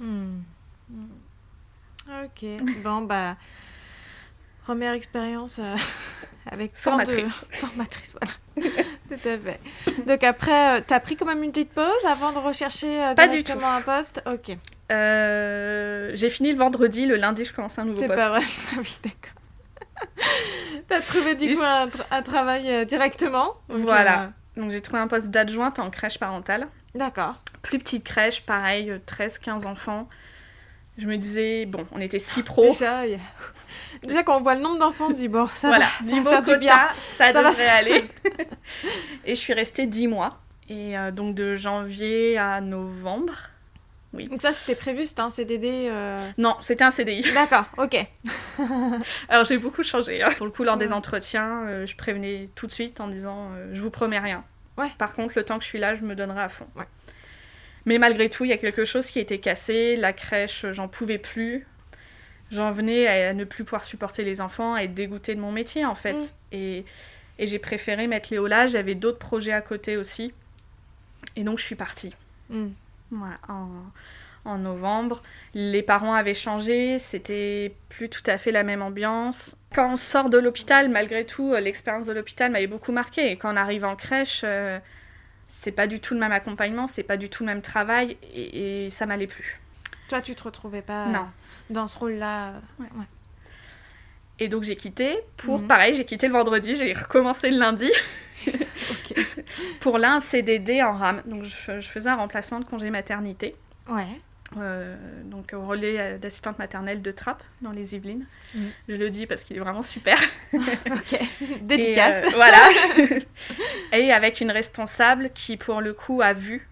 Ok, bon bah, première expérience avec formatrice. Formatrice, voilà. Tout à fait. Donc après, t'as pris quand même une petite pause avant de rechercher directement un poste ? Ok. J'ai fini le vendredi, le lundi je commence un nouveau poste. C'est pas vrai. Ah oui, d'accord. T'as trouvé du coup un travail directement. Donc, voilà. Donc j'ai trouvé un poste d'adjointe en crèche parentale. D'accord. Plus petite crèche, pareil, 13-15 enfants. Je me disais, bon, on était 6 pros. Déjà quand on voit le nombre d'enfants, on se dit, bon, ça voilà, va, niveau quota, ça devrait aller. Et je suis restée 10 mois. Et donc de janvier à novembre. Oui. Donc ça, c'était prévu, c'était un CDD Non, c'était un CDI. D'accord, ok. Alors, j'ai beaucoup changé. Pour le coup, lors des entretiens, je prévenais tout de suite en disant je vous promets rien. Ouais. Par contre, le temps que je suis là, je me donnerai à fond. Ouais. Mais malgré tout, il y a quelque chose qui était cassé. La crèche, j'en pouvais plus. J'en venais à ne plus pouvoir supporter les enfants, à être dégoûtée de mon métier, en fait. Et j'ai préféré mettre les hauts là. J'avais d'autres projets à côté aussi. Et donc, je suis partie. Voilà, en novembre. Les parents avaient changé, c'était plus tout à fait la même ambiance. Quand on sort de l'hôpital, malgré tout, l'expérience de l'hôpital m'avait beaucoup marquée. Et quand on arrive en crèche, c'est pas du tout le même accompagnement, c'est pas du tout le même travail, et ça m'allait plus. Toi, tu te retrouvais pas dans ce rôle-là Ouais. Et donc j'ai quitté pareil, j'ai quitté le vendredi, j'ai recommencé le lundi. Okay. Pour là, un CDD en rame. Donc je faisais un remplacement de congé maternité. Ouais. Donc au relais d'assistante maternelle de Trappes, dans les Yvelines. Je le dis parce qu'il est vraiment super. Ok, dédicace. Et, voilà. Et avec une responsable qui, pour le coup, a vu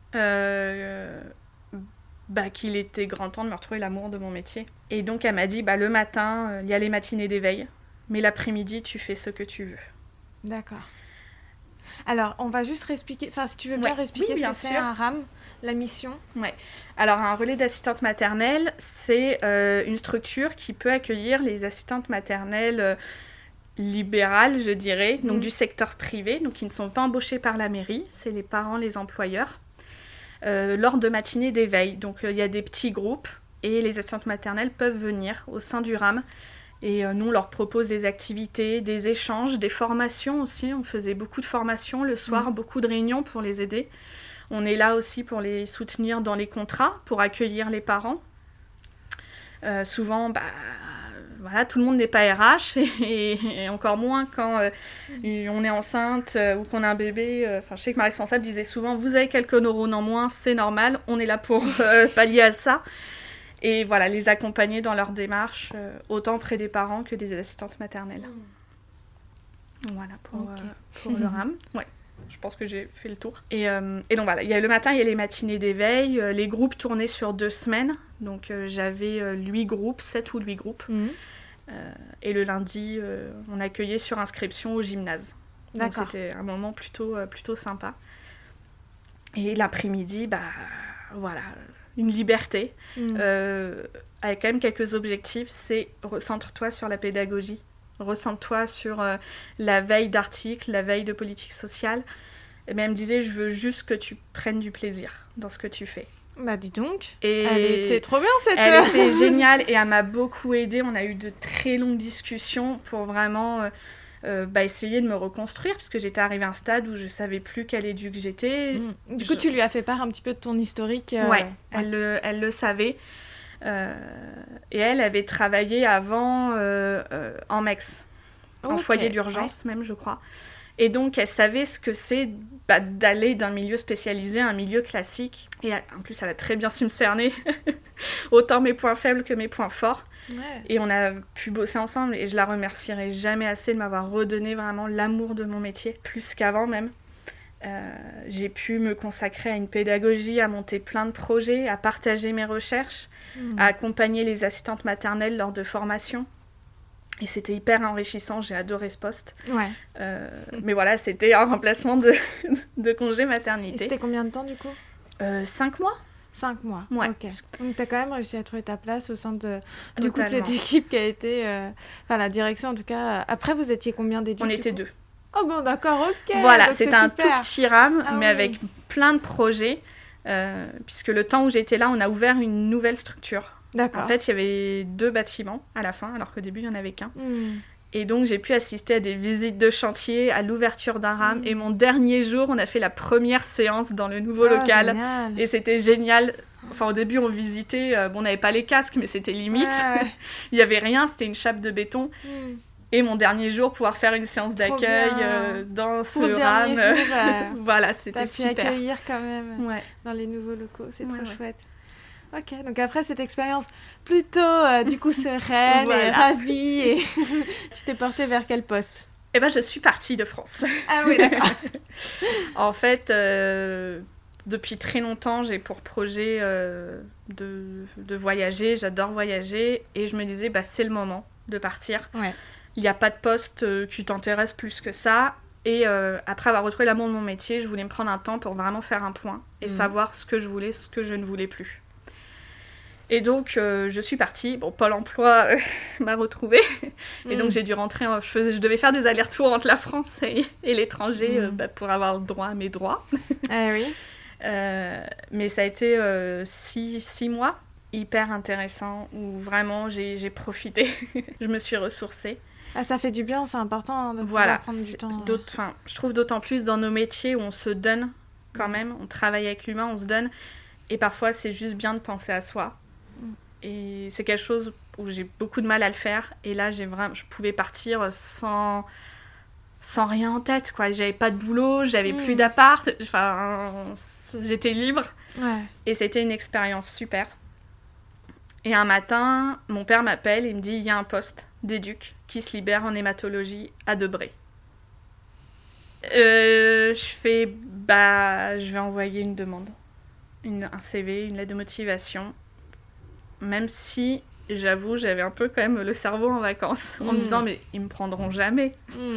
qu'il était grand temps de me retrouver l'amour de mon métier. Et donc elle m'a dit, le matin, il y a les matinées d'éveil, mais l'après-midi, tu fais ce que tu veux. D'accord. Alors, on va juste réexpliquer, enfin si tu veux bien réexpliquer ce que c'est un RAM, la mission. Ouais. Alors, un relais d'assistante maternelle, c'est une structure qui peut accueillir les assistantes maternelles libérales, je dirais, donc du secteur privé, donc qui ne sont pas embauchées par la mairie, c'est les parents, les employeurs, lors de matinées d'éveil. Donc, il y a des petits groupes et les assistantes maternelles peuvent venir au sein du RAM. Et nous, on leur propose des activités, des échanges, des formations aussi. On faisait beaucoup de formations le soir, beaucoup de réunions pour les aider. On est là aussi pour les soutenir dans les contrats, pour accueillir les parents. Souvent, tout le monde n'est pas RH, et encore moins quand on est enceinte ou qu'on a un bébé. Je sais que ma responsable disait souvent, vous avez quelques neurones en moins, c'est normal, on est là pour pallier à ça. Et voilà, les accompagner dans leur démarche, autant auprès des parents que des assistantes maternelles. Voilà, pour le RAM. Ouais. Je pense que j'ai fait le tour. Et donc voilà, il y a le matin, il y a les matinées d'éveil. Les groupes tournaient sur 2 semaines. Donc j'avais 8 groupes, 7 ou 8 groupes. Et le lundi, on accueillait sur inscription au gymnase. Donc c'était un moment plutôt sympa. Et l'après-midi, voilà, une liberté. Avec quand même quelques objectifs, c'est recentre-toi sur la pédagogie. Recentre-toi sur la veille d'articles, la veille de politique sociale. Et elle me disait, je veux juste que tu prennes du plaisir dans ce que tu fais. Bah dis donc, et elle était trop bien cette... Elle était géniale et elle m'a beaucoup aidée. On a eu de très longues discussions pour vraiment essayer de me reconstruire, parce que j'étais arrivée à un stade où je savais plus quel éduc j'étais. Du coup, tu lui as fait part un petit peu de ton historique. Ouais, elle le savait. Et elle avait travaillé avant en MEX, en foyer d'urgence même, je crois. Et donc, elle savait ce que c'est d'aller d'un milieu spécialisé à un milieu classique. Et en plus, elle a très bien su me cerner, autant mes points faibles que mes points forts. Ouais. Et on a pu bosser ensemble, et je la remercierai jamais assez de m'avoir redonné vraiment l'amour de mon métier, plus qu'avant même. J'ai pu me consacrer à une pédagogie, à monter plein de projets, à partager mes recherches, à accompagner les assistantes maternelles lors de formations. Et c'était hyper enrichissant, j'ai adoré ce poste. Ouais. Mais voilà, c'était un remplacement de congé maternité. Et c'était combien de temps du coup 5 mois. 5 mois, ouais. Ok. Donc tu as quand même réussi à trouver ta place au sein de cette équipe qui a été... la direction en tout cas. Après, vous étiez combien d'éducs? On était 2. Oh bon, d'accord, ok. Voilà, c'était un tout petit RAM, mais avec plein de projets. Puisque le temps où j'étais là, on a ouvert une nouvelle structure. D'accord. En fait, il y avait 2 bâtiments à la fin, alors qu'au début, il n'y en avait qu'un. Et donc, j'ai pu assister à des visites de chantier, à l'ouverture d'un RAM. Et mon dernier jour, on a fait la première séance dans le nouveau local. Génial. Et c'était génial. Enfin, au début, on visitait... on n'avait pas les casques, mais c'était limite. Ouais. Il n'y avait rien, c'était une chape de béton. Et mon dernier jour, pouvoir faire une séance d'accueil dans ce RAM. Voilà, c'était super. T'as pu accueillir quand même dans les nouveaux locaux, c'est trop chouette. Ok, donc après cette expérience plutôt du coup sereine et ravie, et tu t'es portée vers quel poste? Eh ben, je suis partie de France. Ah oui, d'accord. En fait, depuis très longtemps, j'ai pour projet de voyager. J'adore voyager, et je me disais, c'est le moment de partir. Ouais. Il n'y a pas de poste qui t'intéresse plus que ça. Et après avoir retrouvé l'amour de mon métier, je voulais me prendre un temps pour vraiment faire un point et savoir ce que je voulais, ce que je ne voulais plus. Et donc, je suis partie. Bon, Pôle emploi m'a retrouvée. Et donc, j'ai dû rentrer. Je devais faire des allers-retours entre la France et l'étranger pour avoir le droit à mes droits. Ah oui. Mais ça a été 6 mois hyper intéressant, où vraiment j'ai profité. Je me suis ressourcée. Ah, ça fait du bien, c'est important de pouvoir prendre du temps. Je trouve d'autant plus dans nos métiers où on se donne quand même. On travaille avec l'humain, on se donne. Et parfois, c'est juste bien de penser à soi. Et c'est quelque chose où j'ai beaucoup de mal à le faire. Et là, je pouvais partir sans rien en tête, quoi. J'avais pas de boulot, j'avais plus d'appart. Enfin, j'étais libre. Ouais. Et c'était une expérience super. Et un matin, mon père m'appelle et me dit, il y a un poste d'éduc qui se libère en hématologie à Debré. Je vais envoyer une demande. Un CV, une lettre de motivation. Même si, j'avoue, j'avais un peu quand même le cerveau en vacances, en me disant, mais ils me prendront jamais.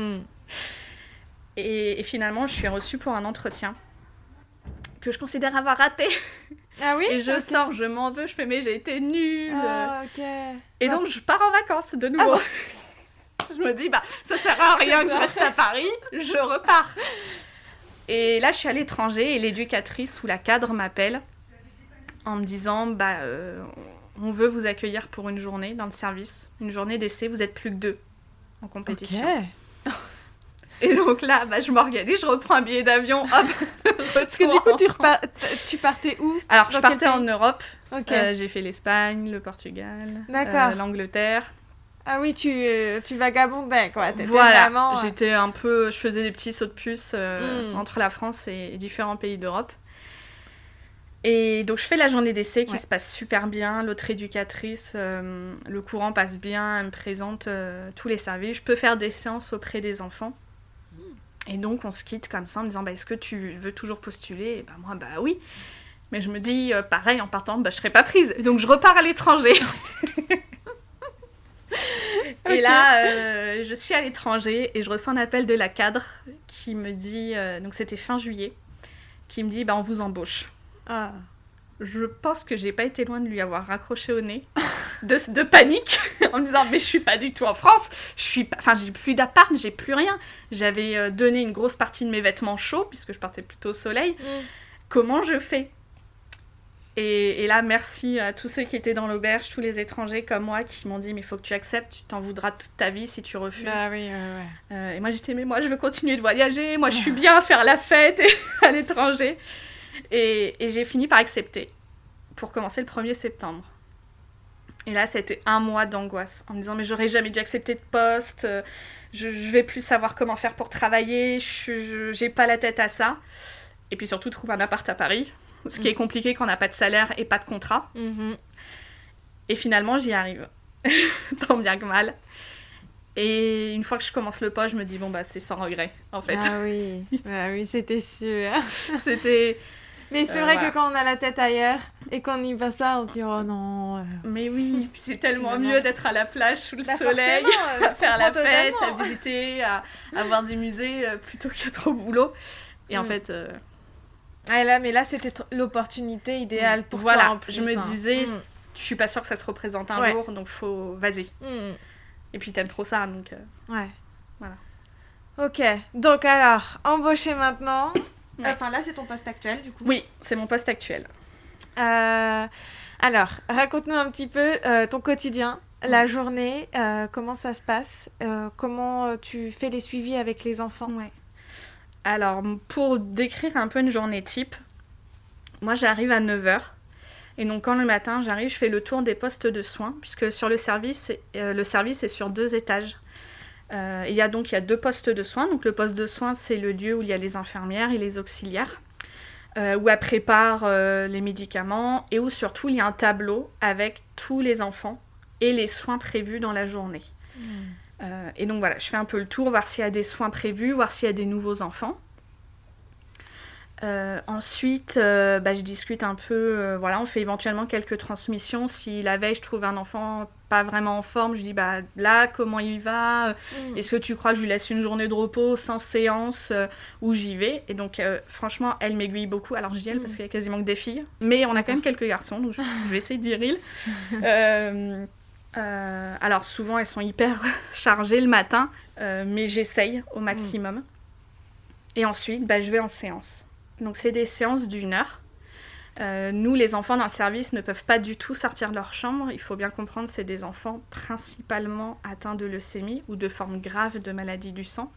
Et finalement, je suis reçue pour un entretien que je considère avoir raté. Ah oui? Et je sors, je m'en veux, je fais, mais j'ai été nulle. Ah, ok. Et donc, je pars en vacances de nouveau. Ah bon. Je me dis, ça sert à rien que je reste à Paris, je repars. Et là, je suis à l'étranger et l'éducatrice ou la cadre m'appelle en me disant, on veut vous accueillir pour une journée dans le service, une journée d'essai, vous êtes plus que 2 en compétition. Ok. Et donc là, je m'organise, je reprends un billet d'avion, hop. Parce que du coup, tu partais où? Alors, je partais en Europe. Okay. J'ai fait l'Espagne, le Portugal, l'Angleterre. Ah oui, tu vagabondais, quoi. Voilà, vraiment, je faisais des petits sauts de puce entre la France et différents pays d'Europe. Et donc, je fais la journée d'essai qui se passe super bien. L'autre éducatrice, le courant passe bien, elle me présente tous les services. Je peux faire des séances auprès des enfants. Et donc, on se quitte comme ça en me disant, est-ce que tu veux toujours postuler ? Et moi, oui. Mais je me dis, pareil, en partant, je serai pas prise. Donc, je repars à l'étranger. Et là, je suis à l'étranger et je reçois un appel de la cadre qui me dit, donc c'était fin juillet, qui me dit, on vous embauche. Ah. Je pense que j'ai pas été loin de lui avoir raccroché au nez, de panique, en me disant, mais je suis pas du tout en France, j'ai plus d'appart, j'ai plus rien. J'avais donné une grosse partie de mes vêtements chauds, puisque je partais plutôt au soleil. Comment je fais ? Et là, merci à tous ceux qui étaient dans l'auberge, tous les étrangers comme moi qui m'ont dit, mais il faut que tu acceptes, tu t'en voudras toute ta vie si tu refuses. Ah oui, et moi, j'étais, mais moi, je veux continuer de voyager, moi, je suis bien à faire la fête à l'étranger. Et j'ai fini par accepter pour commencer le 1er septembre. Et là, c'était un mois d'angoisse en me disant, mais j'aurais jamais dû accepter de poste, je vais plus savoir comment faire pour travailler, j'ai pas la tête à ça. Et puis surtout, trouver un appart à Paris. Ce qui est compliqué quand on n'a pas de salaire et pas de contrat. Et finalement, j'y arrive. Tant bien que mal. Et une fois que je commence le poste, je me dis, c'est sans regret, en fait. Ah oui, c'était sûr. C'était... Mais c'est vrai que quand on a la tête ailleurs et qu'on n'y passe pas, on se dit, oh non. Mais oui, puis c'est tellement mieux d'être à la plage sous le soleil, à faire la fête, à visiter, à voir des musées, plutôt qu'être au boulot. Et en fait... mais là, c'était l'opportunité idéale pour toi en plus. Je me disais, je suis pas sûre que ça se représente un jour, donc vas-y. Et puis t'aimes trop ça, donc... Ouais. Voilà. Ok, donc alors, embauché maintenant. Ouais. Enfin, là, c'est ton poste actuel, du coup. Oui, c'est mon poste actuel. Alors, raconte-nous un petit peu ton quotidien, la journée, comment ça se passe, comment tu fais les suivis avec les enfants. Ouais. Alors, pour décrire un peu une journée type, moi j'arrive à 9h. Et donc quand le matin j'arrive, je fais le tour des postes de soins, puisque sur le service est sur 2 étages. Il y a 2 postes de soins. Donc le poste de soins, c'est le lieu où il y a les infirmières et les auxiliaires, où elles préparent les médicaments et où surtout il y a un tableau avec tous les enfants et les soins prévus dans la journée. Et donc voilà, je fais un peu le tour, voir s'il y a des soins prévus, voir s'il y a des nouveaux enfants. Ensuite, je discute un peu, on fait éventuellement quelques transmissions. Si la veille je trouve un enfant pas vraiment en forme, je dis là comment il va, est-ce que tu crois que je lui laisse une journée de repos sans séance où j'y vais. Et donc franchement elle m'aiguille beaucoup, alors je dis elle parce qu'il y a quasiment que des filles, mais on a quand même quelques garçons, donc je vais essayer de dire il. Alors souvent elles sont hyper chargées le matin, mais j'essaye au maximum. Et ensuite je vais en séance. Donc c'est des séances d'1 heure. Nous, les enfants dans le service ne peuvent pas du tout sortir de leur chambre. Il faut bien comprendre, c'est des enfants principalement atteints de leucémie ou de formes graves de maladie du sang.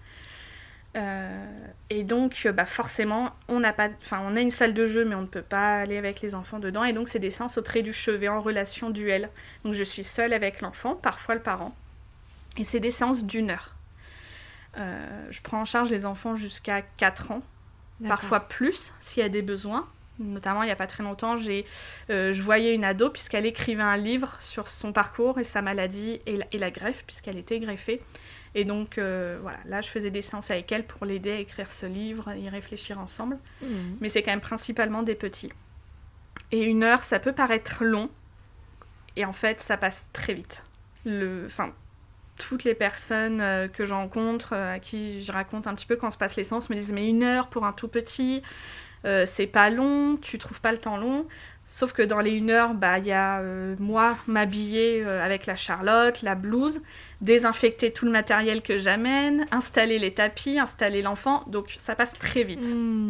Et donc forcément, on a une salle de jeu, mais on ne peut pas aller avec les enfants dedans. Et donc c'est des séances auprès du chevet en relation duel. Donc je suis seule avec l'enfant, parfois le parent. Et c'est des séances d'1 heure. Je prends en charge les enfants jusqu'à 4 ans. D'accord. Parfois plus, s'il y a des besoins. Notamment, il n'y a pas très longtemps, je voyais une ado, puisqu'elle écrivait un livre sur son parcours et sa maladie et la greffe, puisqu'elle était greffée. Et donc, là, je faisais des séances avec elle pour l'aider à écrire ce livre, y réfléchir ensemble. Mais c'est quand même principalement des petits. Et 1 heure, ça peut paraître long. Et en fait, ça passe très vite. Toutes les personnes que je rencontre, à qui je raconte un petit peu quand se passent les séances, me disent « Mais 1 heure pour un tout petit, c'est pas long, tu trouves pas le temps long ?» Sauf que dans les 1 heure, il y a moi m'habiller avec la Charlotte, la blouse, désinfecter tout le matériel que j'amène, installer les tapis, installer l'enfant, donc ça passe très vite.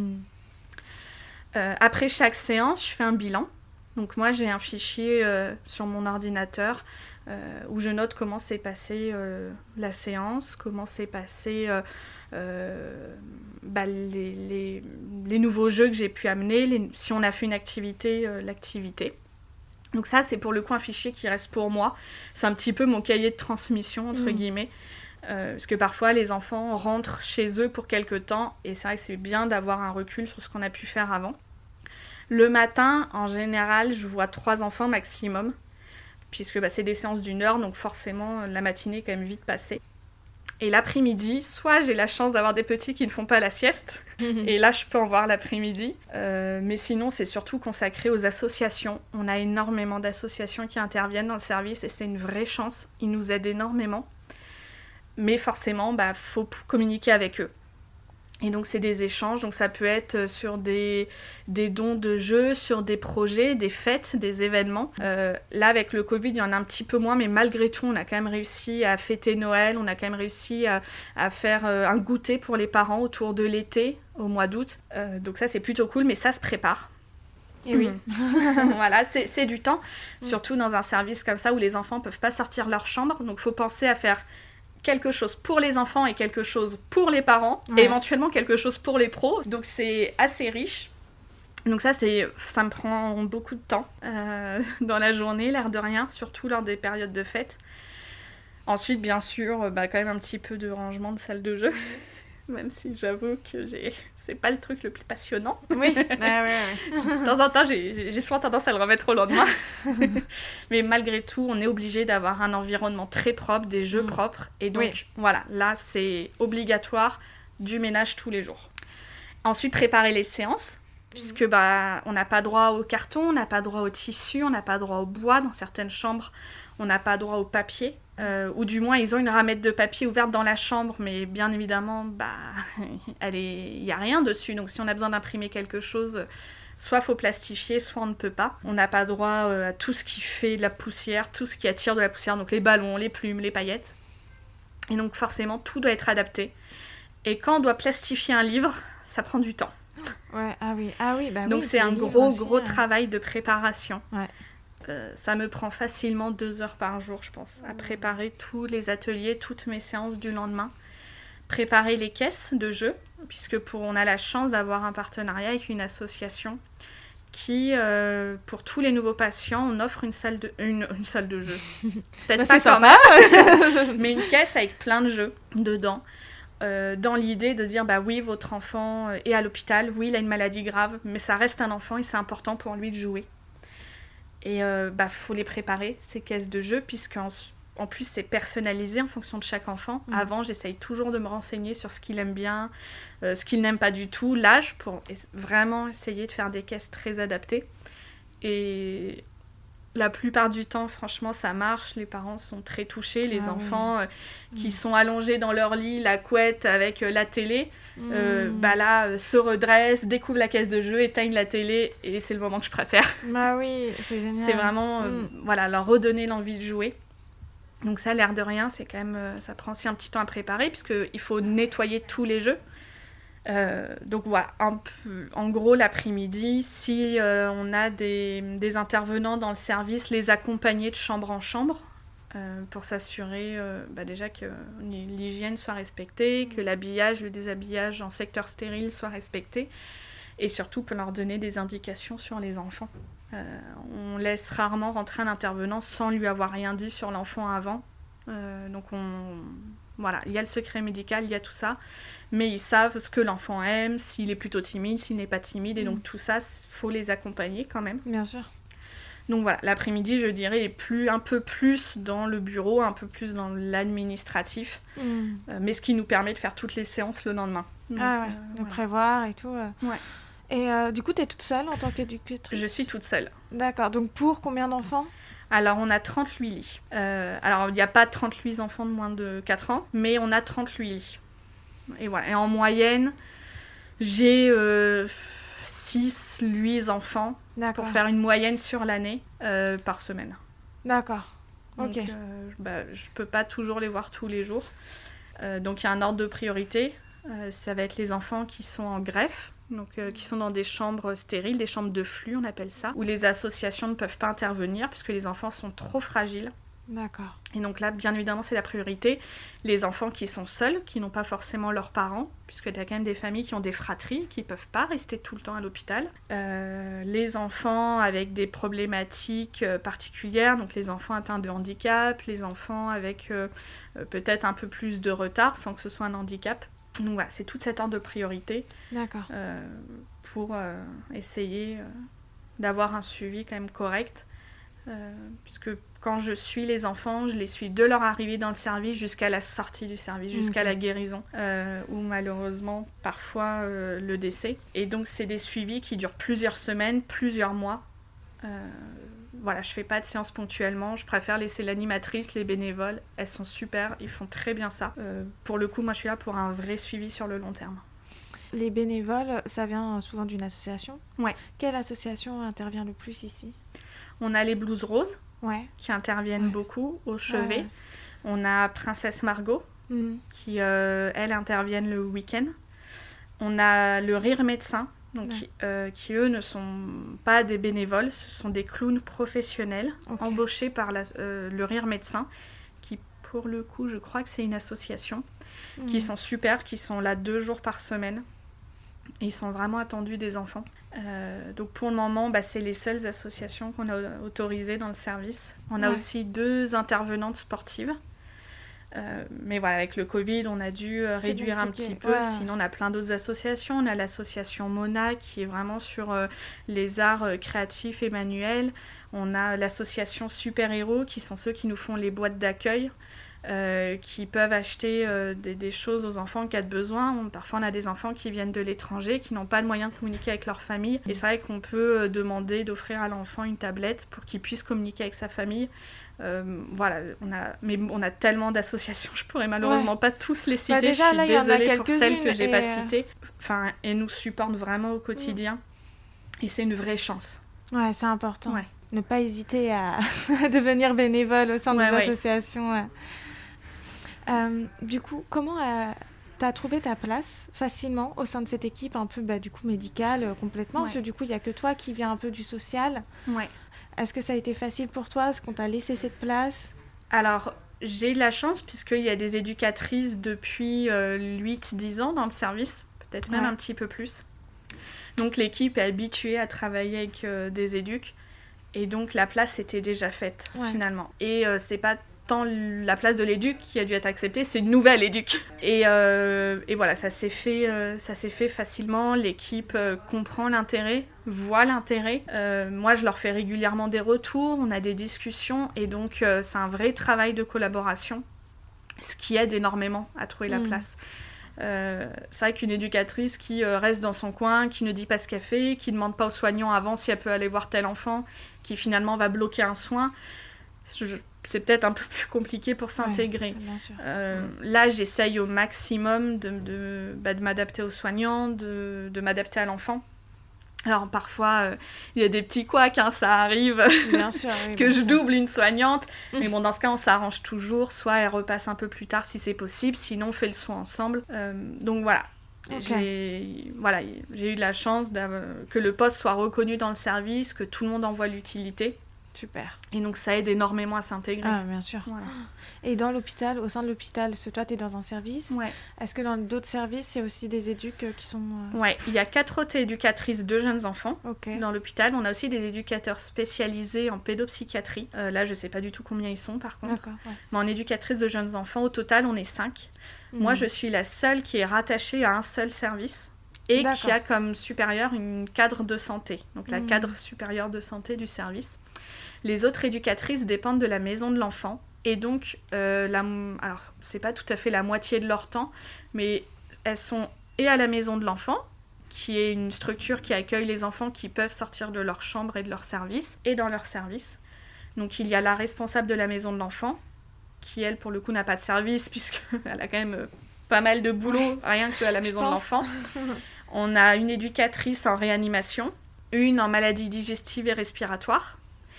Après chaque séance, je fais un bilan. Donc moi, j'ai un fichier sur mon ordinateur où je note comment s'est passée la séance, comment s'est passé les nouveaux jeux que j'ai pu amener, si on a fait une activité, l'activité. Donc ça, c'est pour le coup un fichier qui reste pour moi. C'est un petit peu mon cahier de transmission, entre guillemets. Parce que parfois, les enfants rentrent chez eux pour quelque temps, et c'est vrai que c'est bien d'avoir un recul sur ce qu'on a pu faire avant. Le matin, en général, je vois 3 enfants maximum, puisque c'est des séances d'1 heure, donc forcément, la matinée est quand même vite passée. Et l'après-midi, soit j'ai la chance d'avoir des petits qui ne font pas la sieste, et là je peux en voir l'après-midi, mais sinon c'est surtout consacré aux associations. On a énormément d'associations qui interviennent dans le service et c'est une vraie chance, ils nous aident énormément. Mais forcément, faut communiquer avec eux. Et donc c'est des échanges, donc ça peut être sur des dons de jeux, sur des projets, des fêtes, des événements. Là avec le Covid, il y en a un petit peu moins, mais malgré tout, on a quand même réussi à fêter Noël, on a quand même réussi à faire un goûter pour les parents autour de l'été, au mois d'août. Donc ça c'est plutôt cool, mais ça se prépare. Et oui. Voilà, c'est du temps, surtout dans un service comme ça où les enfants ne peuvent pas sortir de leur chambre, donc il faut penser à faire quelque chose pour les enfants et quelque chose pour les parents, et éventuellement quelque chose pour les pros. Donc c'est assez riche. Donc ça me prend beaucoup de temps dans la journée, l'air de rien, surtout lors des périodes de fête. Ensuite, bien sûr, quand même un petit peu de rangement de salle de jeu, même si j'avoue que c'est pas le truc le plus passionnant. Oui, ouais. De temps en temps, j'ai souvent tendance à le remettre au lendemain. Mais malgré tout, on est obligé d'avoir un environnement très propre, des jeux propres. Et donc, voilà, là, c'est obligatoire du ménage tous les jours. Ensuite, préparer les séances, puisque on n'a pas droit au carton, on n'a pas droit au tissu, on n'a pas droit au bois. Dans certaines chambres, on n'a pas droit au papier. Ou du moins, ils ont une ramette de papier ouverte dans la chambre, mais bien évidemment, il n'y a rien dessus. Donc, si on a besoin d'imprimer quelque chose, soit il faut plastifier, soit on ne peut pas. On n'a pas droit à tout ce qui fait de la poussière, tout ce qui attire de la poussière, donc les ballons, les plumes, les paillettes. Et donc, forcément, tout doit être adapté. Et quand on doit plastifier un livre, ça prend du temps. Ouais, ah oui, donc, c'est un gros travail de préparation. Ouais. Ça me prend facilement 2 heures par jour, je pense, à préparer tous les ateliers, toutes mes séances du lendemain. Préparer les caisses de jeux, puisque on a la chance d'avoir un partenariat avec une association qui, pour tous les nouveaux patients, on offre une salle de jeu. Peut-être pas comme ça, mais une caisse avec plein de jeux dedans. Dans l'idée de dire, oui, votre enfant est à l'hôpital, oui, il a une maladie grave, mais ça reste un enfant et c'est important pour lui de jouer. Et faut les préparer, ces caisses de jeux, puisqu'en plus c'est personnalisé en fonction de chaque enfant. Avant, j'essaye toujours de me renseigner sur ce qu'il aime bien, ce qu'il n'aime pas du tout, l'âge, pour vraiment essayer de faire des caisses très adaptées. Et la plupart du temps, franchement, ça marche. Les parents sont très touchés. Les enfants qui sont allongés dans leur lit, la couette avec la télé, se redressent, découvrent la caisse de jeu, éteignent la télé, et c'est le moment que je préfère. Bah oui, c'est génial. C'est vraiment leur redonner l'envie de jouer. Donc ça, l'air de rien, c'est quand même, ça prend aussi un petit temps à préparer, puisqu'il faut nettoyer tous les jeux. Donc voilà, en gros l'après-midi, si on a des intervenants dans le service, les accompagner de chambre en chambre pour s'assurer déjà que l'hygiène soit respectée, que l'habillage, le déshabillage en secteur stérile soit respecté, et surtout pour leur donner des indications sur les enfants. On laisse rarement rentrer un intervenant sans lui avoir rien dit sur l'enfant avant. Donc il y a le secret médical, il y a tout ça, mais ils savent ce que l'enfant aime, s'il est plutôt timide, s'il n'est pas timide, et donc tout ça, il faut les accompagner quand même. Bien sûr. Donc voilà, l'après-midi, je dirais, est un peu plus dans le bureau, un peu plus dans l'administratif, mais ce qui nous permet de faire toutes les séances le lendemain. Donc, de prévoir et tout. Ouais. Et du coup, tu es toute seule en tant qu'éducatrice ? Je suis toute seule. D'accord, donc pour combien d'enfants ? Alors, on a 38 lits. Alors, il n'y a pas 38 enfants de moins de 4 ans, mais on a 38 lits. Et voilà. Et en moyenne, j'ai 6-8 enfants pour faire une moyenne sur l'année par semaine. D'accord. Ok. Donc, je peux pas toujours les voir tous les jours. Donc, il y a un ordre de priorité. Ça va être les enfants qui sont en greffe. Donc, qui sont dans des chambres stériles, des chambres de flux, on appelle ça, où les associations ne peuvent pas intervenir puisque les enfants sont trop fragiles. D'accord. Et donc là, bien évidemment, c'est la priorité. Les enfants qui sont seuls, qui n'ont pas forcément leurs parents, puisque tu as quand même des familles qui ont des fratries, qui ne peuvent pas rester tout le temps à l'hôpital. Les enfants avec des problématiques particulières, donc les enfants atteints de handicap, les enfants avec peut-être un peu plus de retard sans que ce soit un handicap. Donc voilà, c'est tout cet ordre de priorité. D'accord. Pour essayer d'avoir un suivi quand même correct. puisque quand je suis les enfants, je les suis de leur arrivée dans le service jusqu'à la sortie du service, jusqu'à la guérison, ou malheureusement parfois le décès. Et donc c'est des suivis qui durent plusieurs semaines, plusieurs mois. Voilà, je fais pas de séances ponctuellement, je préfère laisser l'animatrice, les bénévoles, elles sont super, ils font très bien ça. Pour le coup, moi je suis là pour un vrai suivi sur le long terme. Les bénévoles, ça vient souvent d'une association ? Ouais. Quelle association intervient le plus ici ? On a les Blues Roses, qui interviennent beaucoup au chevet. Ouais. On a Princesse Margot, qui, elles, interviennent le week-end. On a le Rire Médecin, donc, qui, eux, ne sont pas des bénévoles, ce sont des clowns professionnels embauchés par le Rire Médecin, qui, pour le coup, je crois que c'est une association, qui sont super, qui sont là 2 jours par semaine. Et ils sont vraiment attendus des enfants. Donc pour le moment, c'est les seules associations qu'on a autorisées dans le service. On a aussi 2 intervenantes sportives. Mais voilà, avec le Covid, on a dû réduire un petit peu. Sinon, on a plein d'autres associations. On a l'association Mona, qui est vraiment sur les arts créatifs et manuels. On a l'association Super Héros, qui sont ceux qui nous font les boîtes d'accueil. Qui peuvent acheter des choses aux enfants en cas de besoin. Parfois, on a des enfants qui viennent de l'étranger, qui n'ont pas de moyens de communiquer avec leur famille. Et c'est vrai qu'on peut demander d'offrir à l'enfant une tablette pour qu'il puisse communiquer avec sa famille. Voilà, on a tellement d'associations, je pourrais malheureusement pas tous les citer. Déjà, je suis désolée pour celles que j'ai pas citées. Enfin, elles nous supportent vraiment au quotidien. Et c'est une vraie chance. Ouais, c'est important. Ouais. Ne pas hésiter à devenir bénévole au sein des associations. Du coup, comment t'as trouvé ta place facilement au sein de cette équipe un peu du coup médicale complètement parce que du coup, il n'y a que toi qui viens un peu du social. Ouais. Est-ce que ça a été facile pour toi ? Est-ce qu'on t'a laissé cette place ? Alors, j'ai eu de la chance puisqu'il y a des éducatrices depuis 8-10 ans dans le service, peut-être même un petit peu plus. Donc l'équipe est habituée à travailler avec des éducs et donc la place était déjà faite finalement. Et c'est pas tant la place de l'éduc qui a dû être acceptée, c'est une nouvelle éduc. Et voilà, ça s'est fait facilement. L'équipe comprend l'intérêt, voit l'intérêt. Moi, je leur fais régulièrement des retours, on a des discussions, et donc c'est un vrai travail de collaboration, ce qui aide énormément à trouver la place. C'est vrai qu'une éducatrice qui reste dans son coin, qui ne dit pas ce qu'elle fait, qui ne demande pas aux soignants avant si elle peut aller voir tel enfant, qui finalement va bloquer un soin, c'est peut-être un peu plus compliqué pour s'intégrer. Bien sûr. Là, j'essaye au maximum de m'adapter aux soignants, de m'adapter à l'enfant. Alors parfois, il y a des petits couacs, ça arrive, bien sûr, que je double une soignante. Mais bon, dans ce cas, on s'arrange toujours. Soit elle repasse un peu plus tard si c'est possible, sinon on fait le soin ensemble. Donc voilà. J'ai eu de la chance que le poste soit reconnu dans le service, que tout le monde en voit l'utilité. Super. Et donc ça aide énormément à s'intégrer. Ah, bien sûr. Voilà. Et dans l'hôpital, au sein de l'hôpital, toi, tu es dans un service. Est-ce que dans d'autres services, il y a aussi des éducs qui sont... Ouais, il y a 4 autres éducatrices de jeunes enfants dans l'hôpital. On a aussi des éducateurs spécialisés en pédopsychiatrie. Là, je sais pas du tout combien ils sont, par contre. Mais en éducatrice de jeunes enfants, au total, on est 5. Moi, je suis la seule qui est rattachée à un seul service et qui a comme supérieure une cadre de santé. Donc la cadre supérieure de santé du service. Les autres éducatrices dépendent de la maison de l'enfant. Et donc, alors, c'est pas tout à fait la moitié de leur temps, mais elles sont et à la maison de l'enfant, qui est une structure qui accueille les enfants qui peuvent sortir de leur chambre et de leur service, et dans leur service. Donc, il y a la responsable de la maison de l'enfant, qui, elle, pour le coup, n'a pas de service, puisqu'elle a quand même pas mal de boulot, rien qu'à la maison de l'enfant. On a une éducatrice en réanimation, une en maladie digestive et respiratoire,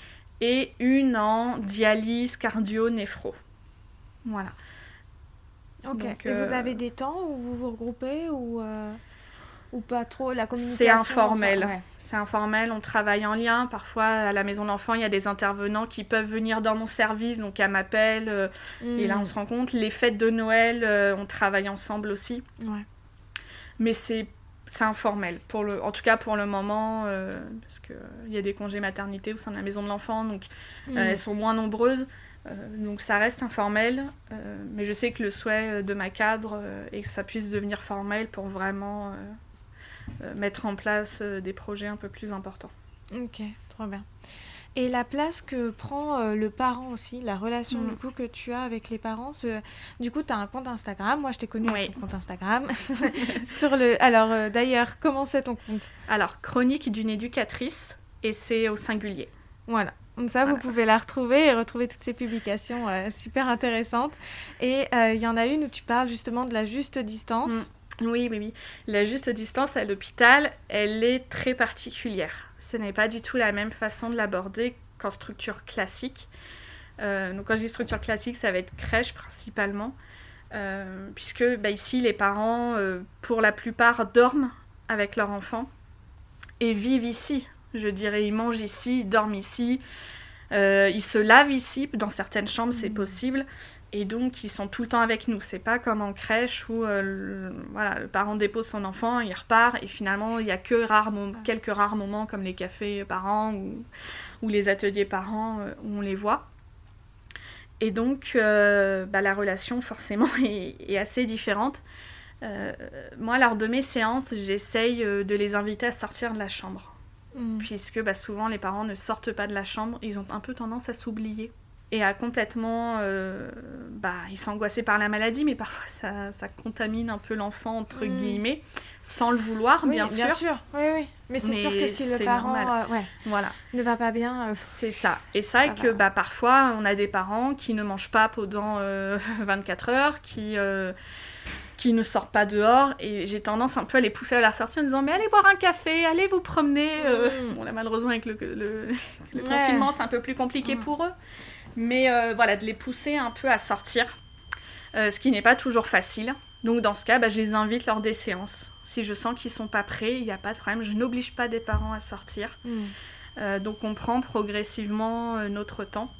et une en dialyse cardio-néphro. Voilà. Donc, et vous avez des temps où vous vous regroupez ou pas trop la communication? C'est informel. C'est informel, on travaille en lien. Parfois, à la maison de l'enfant, il y a des intervenants qui peuvent venir dans mon service, donc elle m'appelle, et là, on se rencontre. Les fêtes de Noël, on travaille ensemble aussi. Mais c'est informel, en tout cas pour le moment, parce qu'il y a des congés maternité au sein de la maison de l'enfant, donc elles sont moins nombreuses, donc ça reste informel, mais je sais que le souhait de ma cadre est que ça puisse devenir formel pour vraiment mettre en place des projets un peu plus importants. Ok, trop bien. Et la place que prend le parent aussi, la relation Mm. du coup que tu as avec les parents. Du coup, tu as un compte Instagram. Moi, je t'ai connu avec ton compte Instagram. Alors, d'ailleurs, comment c'est ton compte ? Alors, Chronique d'une éducatrice, et c'est au singulier. Voilà. Comme ça, vous pouvez la retrouver et retrouver toutes ces publications super intéressantes. Et il y en a une où tu parles justement de la juste distance. Oui. La juste distance à l'hôpital, elle est très particulière. Ce n'est pas du tout la même façon de l'aborder qu'en structure classique. Donc quand je dis structure classique, ça va être crèche principalement. Puisque ici, les parents, pour la plupart, dorment avec leur enfant et vivent ici. Je dirais, ils mangent ici, ils dorment ici, ils se lavent ici. Dans certaines chambres, c'est possible. Et donc, ils sont tout le temps avec nous. C'est pas comme en crèche où le parent dépose son enfant, il repart, et finalement, il n'y a que quelques rares moments comme les cafés parents ou les ateliers parents où on les voit. Et donc, la relation, forcément, est assez différente. Moi, lors de mes séances, j'essaye de les inviter à sortir de la chambre. Puisque souvent, les parents ne sortent pas de la chambre. Ils ont un peu tendance à s'oublier. Et à complètement... ils sont angoissés par la maladie, mais parfois ça contamine un peu l'enfant, entre guillemets, sans le vouloir, bien sûr. Bien sûr, oui. Mais c'est sûr que si le parent ne va pas bien... C'est ça. Et c'est vrai que parfois, on a des parents qui ne mangent pas pendant 24 heures, qui ne sortent pas dehors, et j'ai tendance un peu à les pousser à la sortie en disant « Mais allez boire un café, allez vous promener ». Bon, là, malheureusement, avec le confinement, c'est un peu plus compliqué pour eux. Mais de les pousser un peu à sortir, ce qui n'est pas toujours facile. Donc dans ce cas, je les invite lors des séances. Si je sens qu'ils ne sont pas prêts, il n'y a pas de problème. Je n'oblige pas des parents à sortir. Donc on prend progressivement notre temps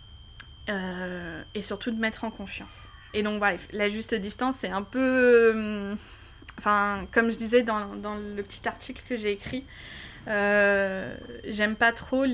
et surtout de mettre en confiance. Et donc voilà, la juste distance, c'est un peu... comme je disais dans le petit article que j'ai écrit, j'aime pas trop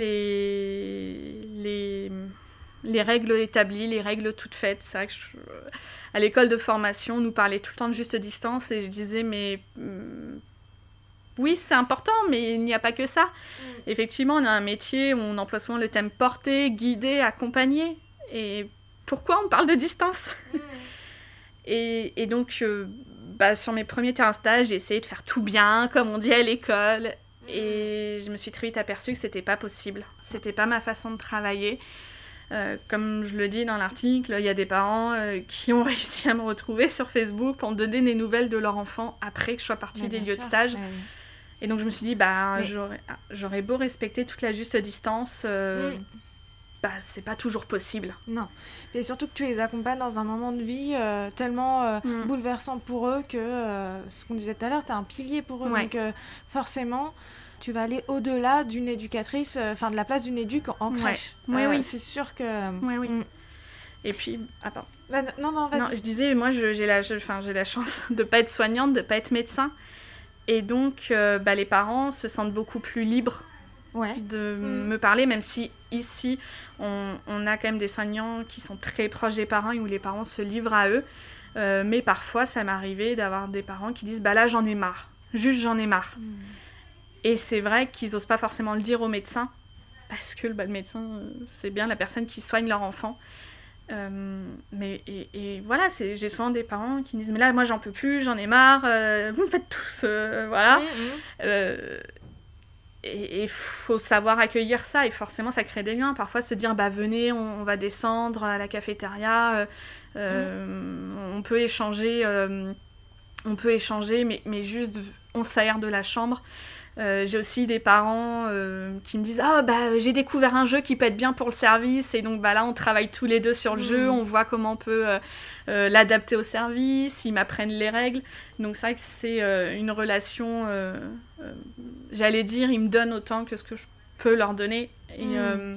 les règles établies, les règles toutes faites. C'est vrai que à l'école de formation, on nous parlait tout le temps de juste distance et je disais, mais oui, c'est important, mais il n'y a pas que ça. Effectivement, on a un métier où on emploie souvent le thème porter, guider, accompagner. Et pourquoi on parle de distance ? Et donc, sur mes premiers terrains stage, j'ai essayé de faire tout bien, comme on dit à l'école. Et je me suis très vite aperçue que c'était pas possible. C'était pas ma façon de travailler. Comme je le dis dans l'article, il y a des parents qui ont réussi à me retrouver sur Facebook pour me donner des nouvelles de leur enfant après que je sois partie des lieux de stage. Et donc je me suis dit, j'aurais beau respecter toute la juste distance, c'est pas toujours possible. Non. Et surtout que tu les accompagnes dans un moment de vie tellement bouleversant pour eux que, ce qu'on disait tout à l'heure, tu es un pilier pour eux. Donc forcément... tu vas aller au-delà d'une éducatrice, de la place d'une éduque en crèche. Oui. C'est sûr que... Oui. Et puis... Ah, pardon. Non, vas-y. Non, je disais, moi, j'ai la chance de ne pas être soignante, de ne pas être médecin. Et donc, les parents se sentent beaucoup plus libres de me parler, même si ici, on a quand même des soignants qui sont très proches des parents et où les parents se livrent à eux. Mais parfois, ça m'est arrivé d'avoir des parents qui disent « là, j'en ai marre. Juste, j'en ai marre. » Et c'est vrai qu'ils n'osent pas forcément le dire au médecin, parce que le médecin, c'est bien la personne qui soigne leur enfant. Et voilà, j'ai souvent des parents qui me disent « Mais là, moi, j'en peux plus, j'en ai marre, vous me faites tous, voilà. Et il faut savoir accueillir ça, et forcément, ça crée des liens. Parfois, se dire « venez, on va descendre à la cafétéria, on peut échanger, mais juste, on s'aère de la chambre. » J'ai aussi des parents qui me disent j'ai découvert un jeu qui peut être bien pour le service, et donc là on travaille tous les deux sur le jeu, on voit comment on peut l'adapter au service, ils m'apprennent les règles, donc c'est vrai que c'est une relation, j'allais dire, ils me donnent autant que ce que je peux leur donner, et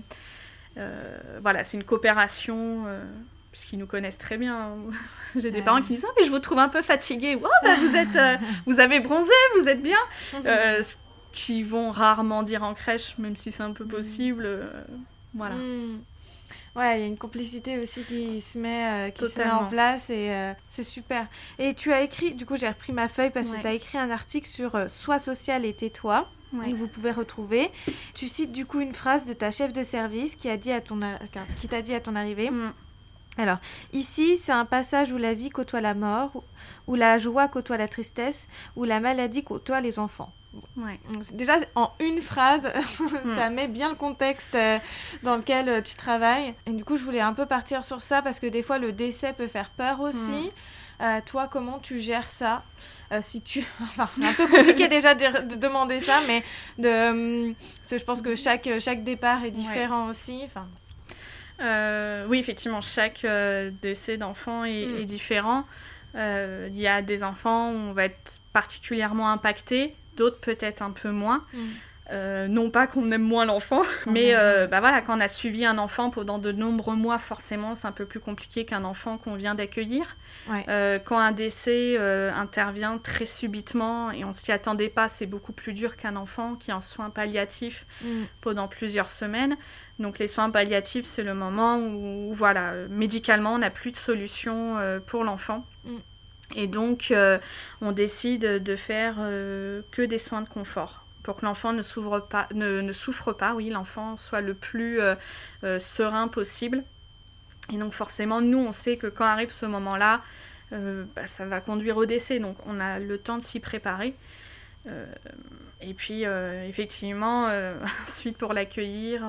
c'est une coopération, puisqu'ils nous connaissent très bien. J'ai des parents qui me disent « mais je vous trouve un peu fatiguée. » Vous avez bronzé, vous êtes bien. Ce qu'ils vont rarement dire en crèche, même si c'est un peu possible. Voilà. Ouais, il y a une complicité aussi qui se met en Totalement. place et c'est super. Et tu as écrit, du coup j'ai repris ma feuille parce que Ouais. tu as écrit un article sur Sois social et tais-toi, Ouais. que vous pouvez retrouver. Tu cites du coup une phrase de ta chef de service qui t'a dit à ton arrivée. Alors, ici, c'est un passage où la vie côtoie la mort, où la joie côtoie la tristesse, où la maladie côtoie les enfants. Ouais. Déjà, en une phrase, ça met bien le contexte dans lequel tu travailles. Et du coup, je voulais un peu partir sur ça parce que des fois, le décès peut faire peur aussi. Toi, comment tu gères ça c'est un peu compliqué déjà de demander ça, mais parce que je pense que chaque départ est différent aussi. Oui, effectivement, chaque décès d'enfant est différent. Il y a des enfants où on va être particulièrement impacté, d'autres peut-être un peu moins. Non pas qu'on aime moins l'enfant, mais quand on a suivi un enfant pendant de nombreux mois, forcément, c'est un peu plus compliqué qu'un enfant qu'on vient d'accueillir. Quand un décès intervient très subitement et on ne s'y attendait pas, c'est beaucoup plus dur qu'un enfant qui est en soins palliatifs pendant plusieurs semaines. Donc les soins palliatifs, c'est le moment où médicalement, on n'a plus de solution pour l'enfant. Et donc, on décide de faire que des soins de confort pour que l'enfant ne souffre pas, l'enfant soit le plus serein possible. Et donc forcément, nous, on sait que quand arrive ce moment-là, ça va conduire au décès. Donc on a le temps de s'y préparer. Et puis, effectivement, ensuite pour l'accueillir,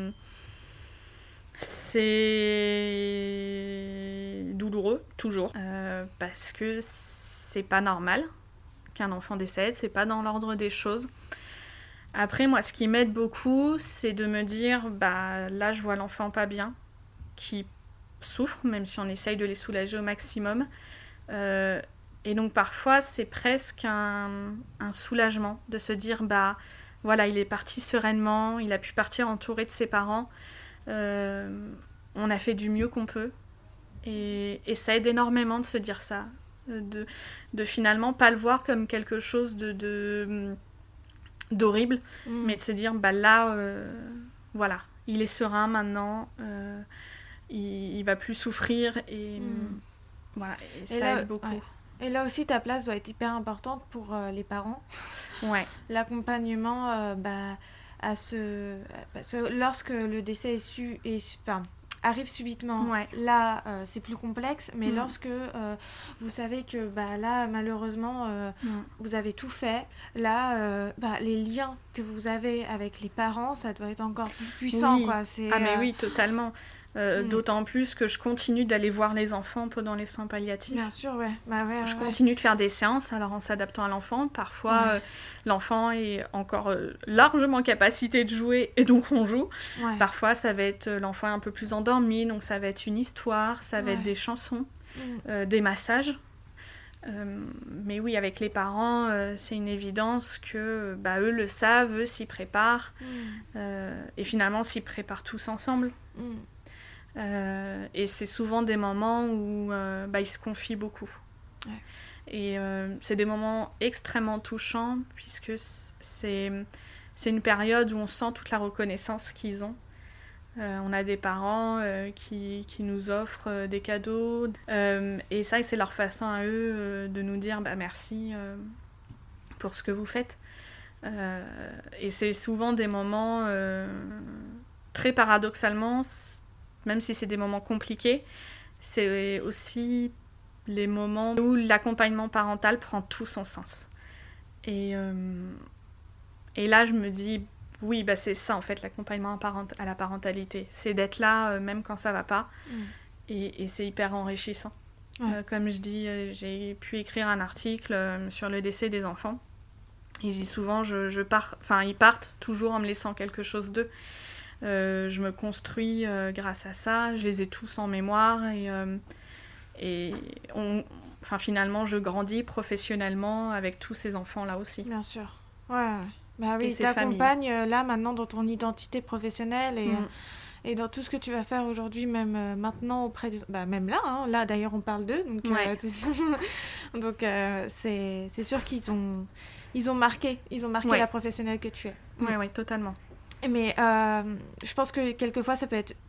c'est douloureux, toujours. Parce que c'est pas normal qu'un enfant décède, c'est pas dans l'ordre des choses. Après, moi, ce qui m'aide beaucoup, c'est de me dire, là, je vois l'enfant pas bien, qui souffre, même si on essaye de les soulager au maximum. Et donc, parfois, c'est presque un soulagement de se dire, il est parti sereinement, il a pu partir entouré de ses parents. On a fait du mieux qu'on peut. Et ça aide énormément de se dire ça. De finalement pas le voir comme quelque chose d'horrible, mais de se dire il est serein maintenant, il va plus souffrir et ça aide beaucoup. Ouais. Et là aussi ta place doit être hyper importante pour les parents. L'accompagnement lorsque le décès arrive subitement, là c'est plus complexe, mais lorsque vous savez que là malheureusement vous avez tout fait, là les liens que vous avez avec les parents, ça doit être encore plus puissant, quoi. Mais oui, totalement. D'autant plus que je continue d'aller voir les enfants pendant les soins palliatifs. Bien sûr, je continue de faire des séances, alors en s'adaptant à l'enfant. Parfois, l'enfant est encore largement en capacité de jouer, et donc on joue. Parfois, ça va être l'enfant un peu plus endormi, donc ça va être une histoire, ça va être des chansons, des massages. Mais oui, avec les parents, c'est une évidence que eux le savent, eux s'y préparent. Et finalement, s'y préparent tous ensemble. Et c'est souvent des moments où ils se confient beaucoup. Et c'est des moments extrêmement touchants, puisque c'est une période où on sent toute la reconnaissance qu'ils ont. On a des parents qui nous offrent des cadeaux. Et ça, c'est leur façon à eux de nous dire merci pour ce que vous faites. Et c'est souvent des moments très paradoxalement, même si c'est des moments compliqués, c'est aussi les moments où l'accompagnement parental prend tout son sens. Et là, je me dis, oui, c'est ça en fait, l'accompagnement à la parentalité. C'est d'être là même quand ça va pas. Et c'est hyper enrichissant. Comme je dis, j'ai pu écrire un article sur le décès des enfants. Et je dis souvent, ils partent toujours en me laissant quelque chose d'eux. Je me construis grâce à ça, je les ai tous en mémoire et finalement je grandis professionnellement avec tous ces enfants-là aussi. Bien sûr. Oui, t'accompagnes là maintenant dans ton identité professionnelle et dans tout ce que tu vas faire aujourd'hui, même maintenant auprès des... même là, là d'ailleurs on parle d'eux, donc donc c'est sûr qu'ils ont marqué la professionnelle que tu es. Oui, totalement. Mais je pense que quelquefois ça peut être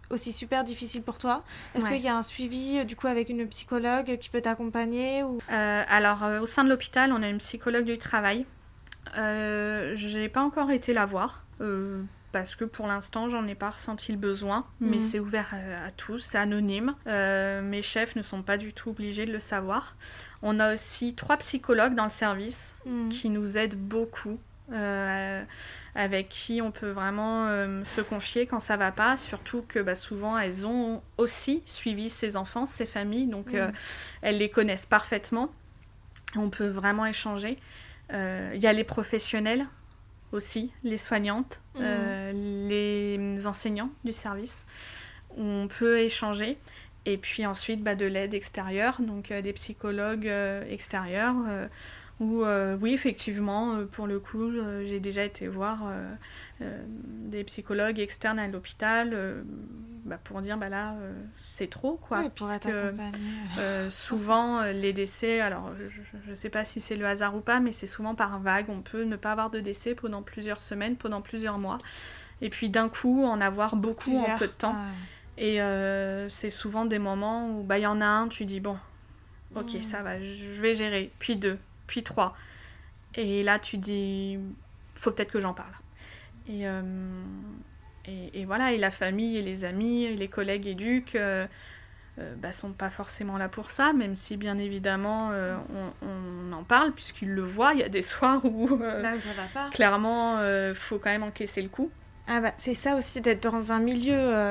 aussi super difficile pour toi. Est-ce Ouais. qu'il y a un suivi du coup avec une psychologue qui peut t'accompagner ou... Alors, au sein de l'hôpital, on a une psychologue du travail. J'ai pas encore été la voir. Parce que pour l'instant, j'en ai pas ressenti le besoin. Mais c'est ouvert à tous, c'est anonyme. Mes chefs ne sont pas du tout obligés de le savoir. On a aussi 3 psychologues dans le service qui nous aident beaucoup. Avec qui on peut vraiment se confier quand ça va pas, surtout que souvent elles ont aussi suivi ces enfants, ces familles, donc elles les connaissent parfaitement. On peut vraiment échanger. Il y a les professionnels aussi, les soignantes, les enseignants du service, où on peut échanger. Et puis ensuite de l'aide extérieure, donc des psychologues extérieurs. Où, oui, effectivement, pour le coup, j'ai déjà été voir des psychologues externes à l'hôpital pour dire, là, c'est trop, quoi. Oui, pour puisque souvent, les décès, alors je ne sais pas si c'est le hasard ou pas, mais c'est souvent par vague. On peut ne pas avoir de décès pendant plusieurs semaines, pendant plusieurs mois. Et puis d'un coup, en avoir beaucoup en peu de temps. Et c'est souvent des moments où il y en a un, tu dis, bon, ok, ça va, je vais gérer. Puis 2. Puis 3. Et là, tu dis, faut peut-être que j'en parle. Et voilà, et la famille, et les amis, et les collègues éduques sont pas forcément là pour ça, même si, bien évidemment, on en parle, puisqu'ils le voient. Il y a des soirs où, ça va pas. Clairement, faut quand même encaisser le coup. C'est ça aussi, d'être dans un milieu...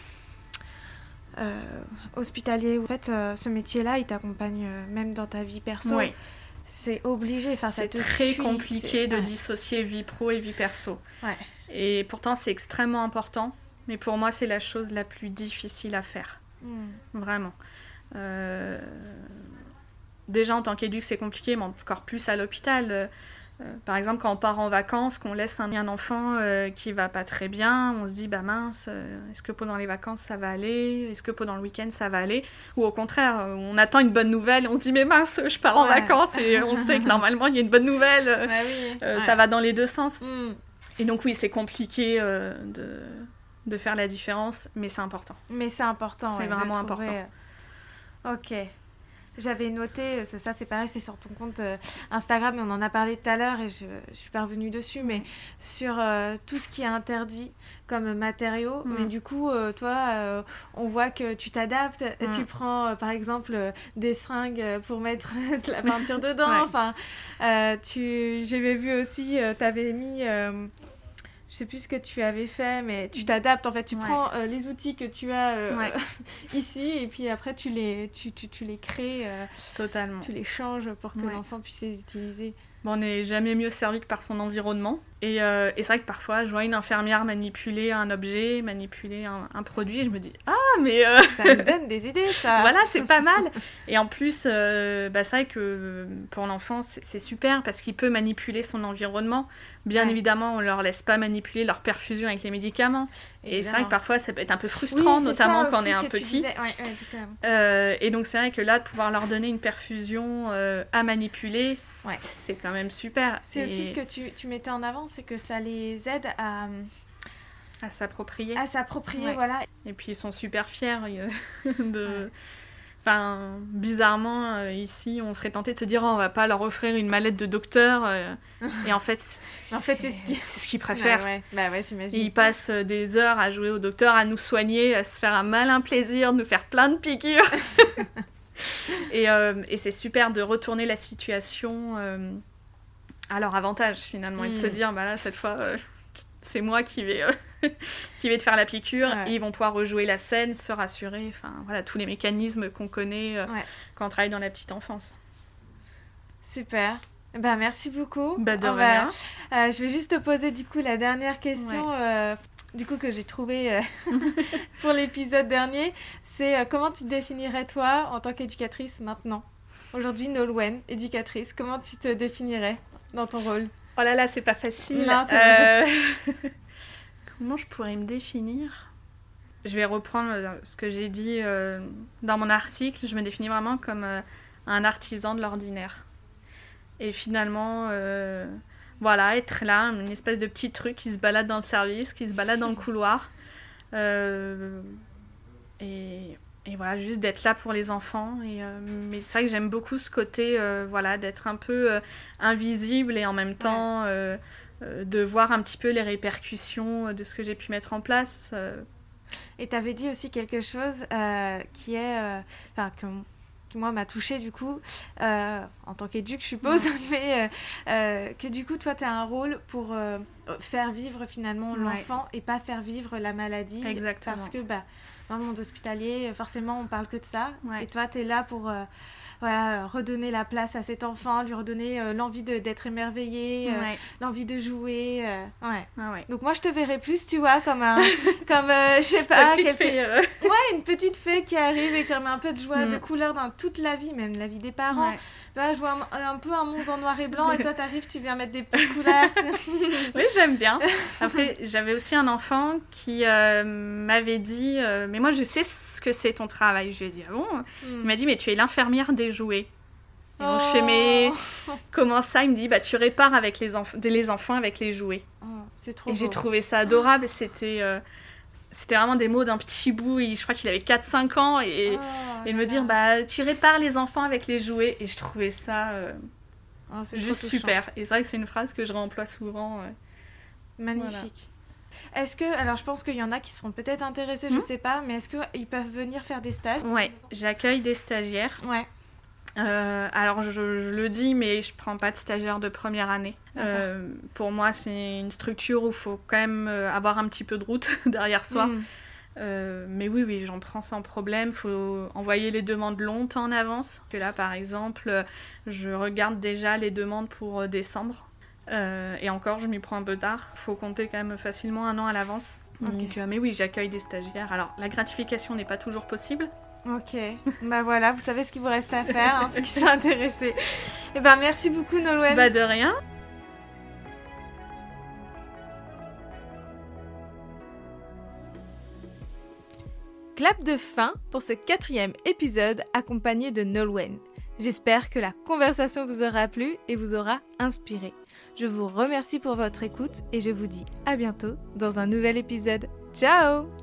hospitalier. En fait, ce métier-là, il t'accompagne même dans ta vie perso. Oui. C'est obligé. C'est très compliqué de dissocier vie pro et vie perso. Ouais. Et pourtant, c'est extrêmement important. Mais pour moi, c'est la chose la plus difficile à faire. Vraiment. Déjà, en tant qu'éduc, c'est compliqué, mais encore plus à l'hôpital. Par exemple, quand on part en vacances, qu'on laisse un enfant qui va pas très bien, on se dit, mince, est-ce que pendant les vacances ça va aller ? Est-ce que pendant le week-end ça va aller ? Ou au contraire, on attend une bonne nouvelle et on se dit, mais mince, je pars en vacances et on sait que normalement il y a une bonne nouvelle. Ça va dans les deux sens. Et donc oui, c'est compliqué de faire la différence, mais c'est important. C'est vraiment important. Ok. J'avais noté, ça c'est pareil, c'est sur ton compte Instagram, et on en a parlé tout à l'heure et je suis pas revenue dessus, mais sur tout ce qui est interdit comme matériaux. Mais du coup, toi, on voit que tu t'adaptes. Tu prends, par exemple, des seringues pour mettre de la peinture dedans. Enfin, j'avais vu aussi, tu avais mis... je sais plus ce que tu avais fait, mais tu t'adaptes. En fait, tu prends les outils que tu as ici, et puis après, tu les crées. Totalement. Tu les changes pour que l'enfant puisse les utiliser. On n'est jamais mieux servi que par son environnement. Et c'est vrai que parfois, je vois une infirmière manipuler un objet, manipuler un produit, et je me dis « Ah, mais... Ça me donne des idées, ça. Voilà, c'est pas mal. Et en plus, c'est vrai que pour l'enfant, c'est super parce qu'il peut manipuler son environnement. Bien évidemment, on ne leur laisse pas manipuler leur perfusion avec les médicaments. Et c'est vrai que parfois, ça peut être un peu frustrant, notamment quand on est un petit. Et donc, c'est vrai que là, de pouvoir leur donner une perfusion à manipuler, c'est quand même super. C'est aussi ce que tu mettais en avant, c'est que ça les aide à s'approprier. Voilà. Et puis ils sont super fiers de... Enfin, bizarrement, ici, on serait tenté de se dire on va pas leur offrir une mallette de docteur. Et en fait, c'est ce qu'ils préfèrent. J'imagine. Ils passent des heures à jouer au docteur, à nous soigner, à se faire un malin plaisir, de nous faire plein de piqûres. Et c'est super de retourner la situation à leur avantage, finalement. Et de se dire, là, cette fois, c'est moi qui vais te faire la piqûre. Et ils vont pouvoir rejouer la scène, se rassurer. Enfin, voilà, tous les mécanismes qu'on connaît quand on travaille dans la petite enfance. Super. Merci beaucoup. De rien. Je vais juste te poser, du coup, la dernière question du coup, que j'ai trouvée pour l'épisode dernier. C'est comment tu te définirais, toi, en tant qu'éducatrice, maintenant ? Aujourd'hui, Nolwenn, éducatrice, comment tu te définirais dans ton rôle ? Oh là là, c'est pas facile. Non, c'est Comment je pourrais me définir ? Je vais reprendre ce que j'ai dit dans mon article. Je me définis vraiment comme un artisan de l'ordinaire. Et finalement, être là, une espèce de petit truc qui se balade dans le service, qui se balade dans le couloir. Et voilà, juste d'être là pour les enfants. Mais c'est vrai que j'aime beaucoup ce côté, d'être un peu invisible et en même temps de voir un petit peu les répercussions de ce que j'ai pu mettre en place. Et tu avais dit aussi quelque chose qui moi m'a touchée du coup, en tant qu'éduc je suppose, mais que du coup toi tu as un rôle pour faire vivre finalement l'enfant et pas faire vivre la maladie. Exactement. Parce que dans le monde hospitalier, forcément on parle que de ça, Ouais. et toi tu es là pour redonner la place à cet enfant, lui redonner l'envie d'être émerveillé, l'envie de jouer. Donc moi je te verrais plus, tu vois, comme je sais pas, petite fée. Une petite fée qui arrive et qui remet un peu de joie, de couleur dans toute la vie, même la vie des parents. Tu vois, je vois un peu un monde en noir et blanc, et toi t'arrives, tu viens mettre des petites couleurs. Oui, j'aime bien. Après, j'avais aussi un enfant qui m'avait dit mais moi je sais ce que c'est ton travail. Je lui ai dit ah bon. Il m'a dit mais tu es l'infirmière des jouets. Et donc je fais mais comment ça? Il me dit tu répares avec les enfants avec les jouets. C'est trop beau. J'ai trouvé ça adorable. C'était vraiment des mots d'un petit bout. Je crois qu'il avait 4-5 ans et de me dire tu répares les enfants avec les jouets. Et je trouvais ça c'est juste super. Et c'est vrai que c'est une phrase que je réemploie souvent. Magnifique. Voilà. Est-ce que, alors je pense qu'il y en a qui seront peut-être intéressés, je sais pas, mais est-ce qu'ils peuvent venir faire des stages? Ouais, j'accueille des stagiaires. Ouais. Alors je le dis, mais je prends pas de stagiaires de première année. Pour moi, c'est une structure où il faut quand même avoir un petit peu de route derrière soi. Mais oui, j'en prends sans problème. Il faut envoyer les demandes longtemps en avance. Que là, par exemple, je regarde déjà les demandes pour décembre. Et encore, je m'y prends un peu tard. Il faut compter quand même facilement 1 an à l'avance. Donc, mais oui, j'accueille des stagiaires. Alors, la gratification n'est pas toujours possible. Ok, voilà, vous savez ce qu'il vous reste à faire, ceux qui sont intéressés. Et merci beaucoup Nolwenn. De rien. Clap de fin pour ce 4e épisode accompagné de Nolwenn. J'espère que la conversation vous aura plu et vous aura inspiré. Je vous remercie pour votre écoute et je vous dis à bientôt dans un nouvel épisode. Ciao!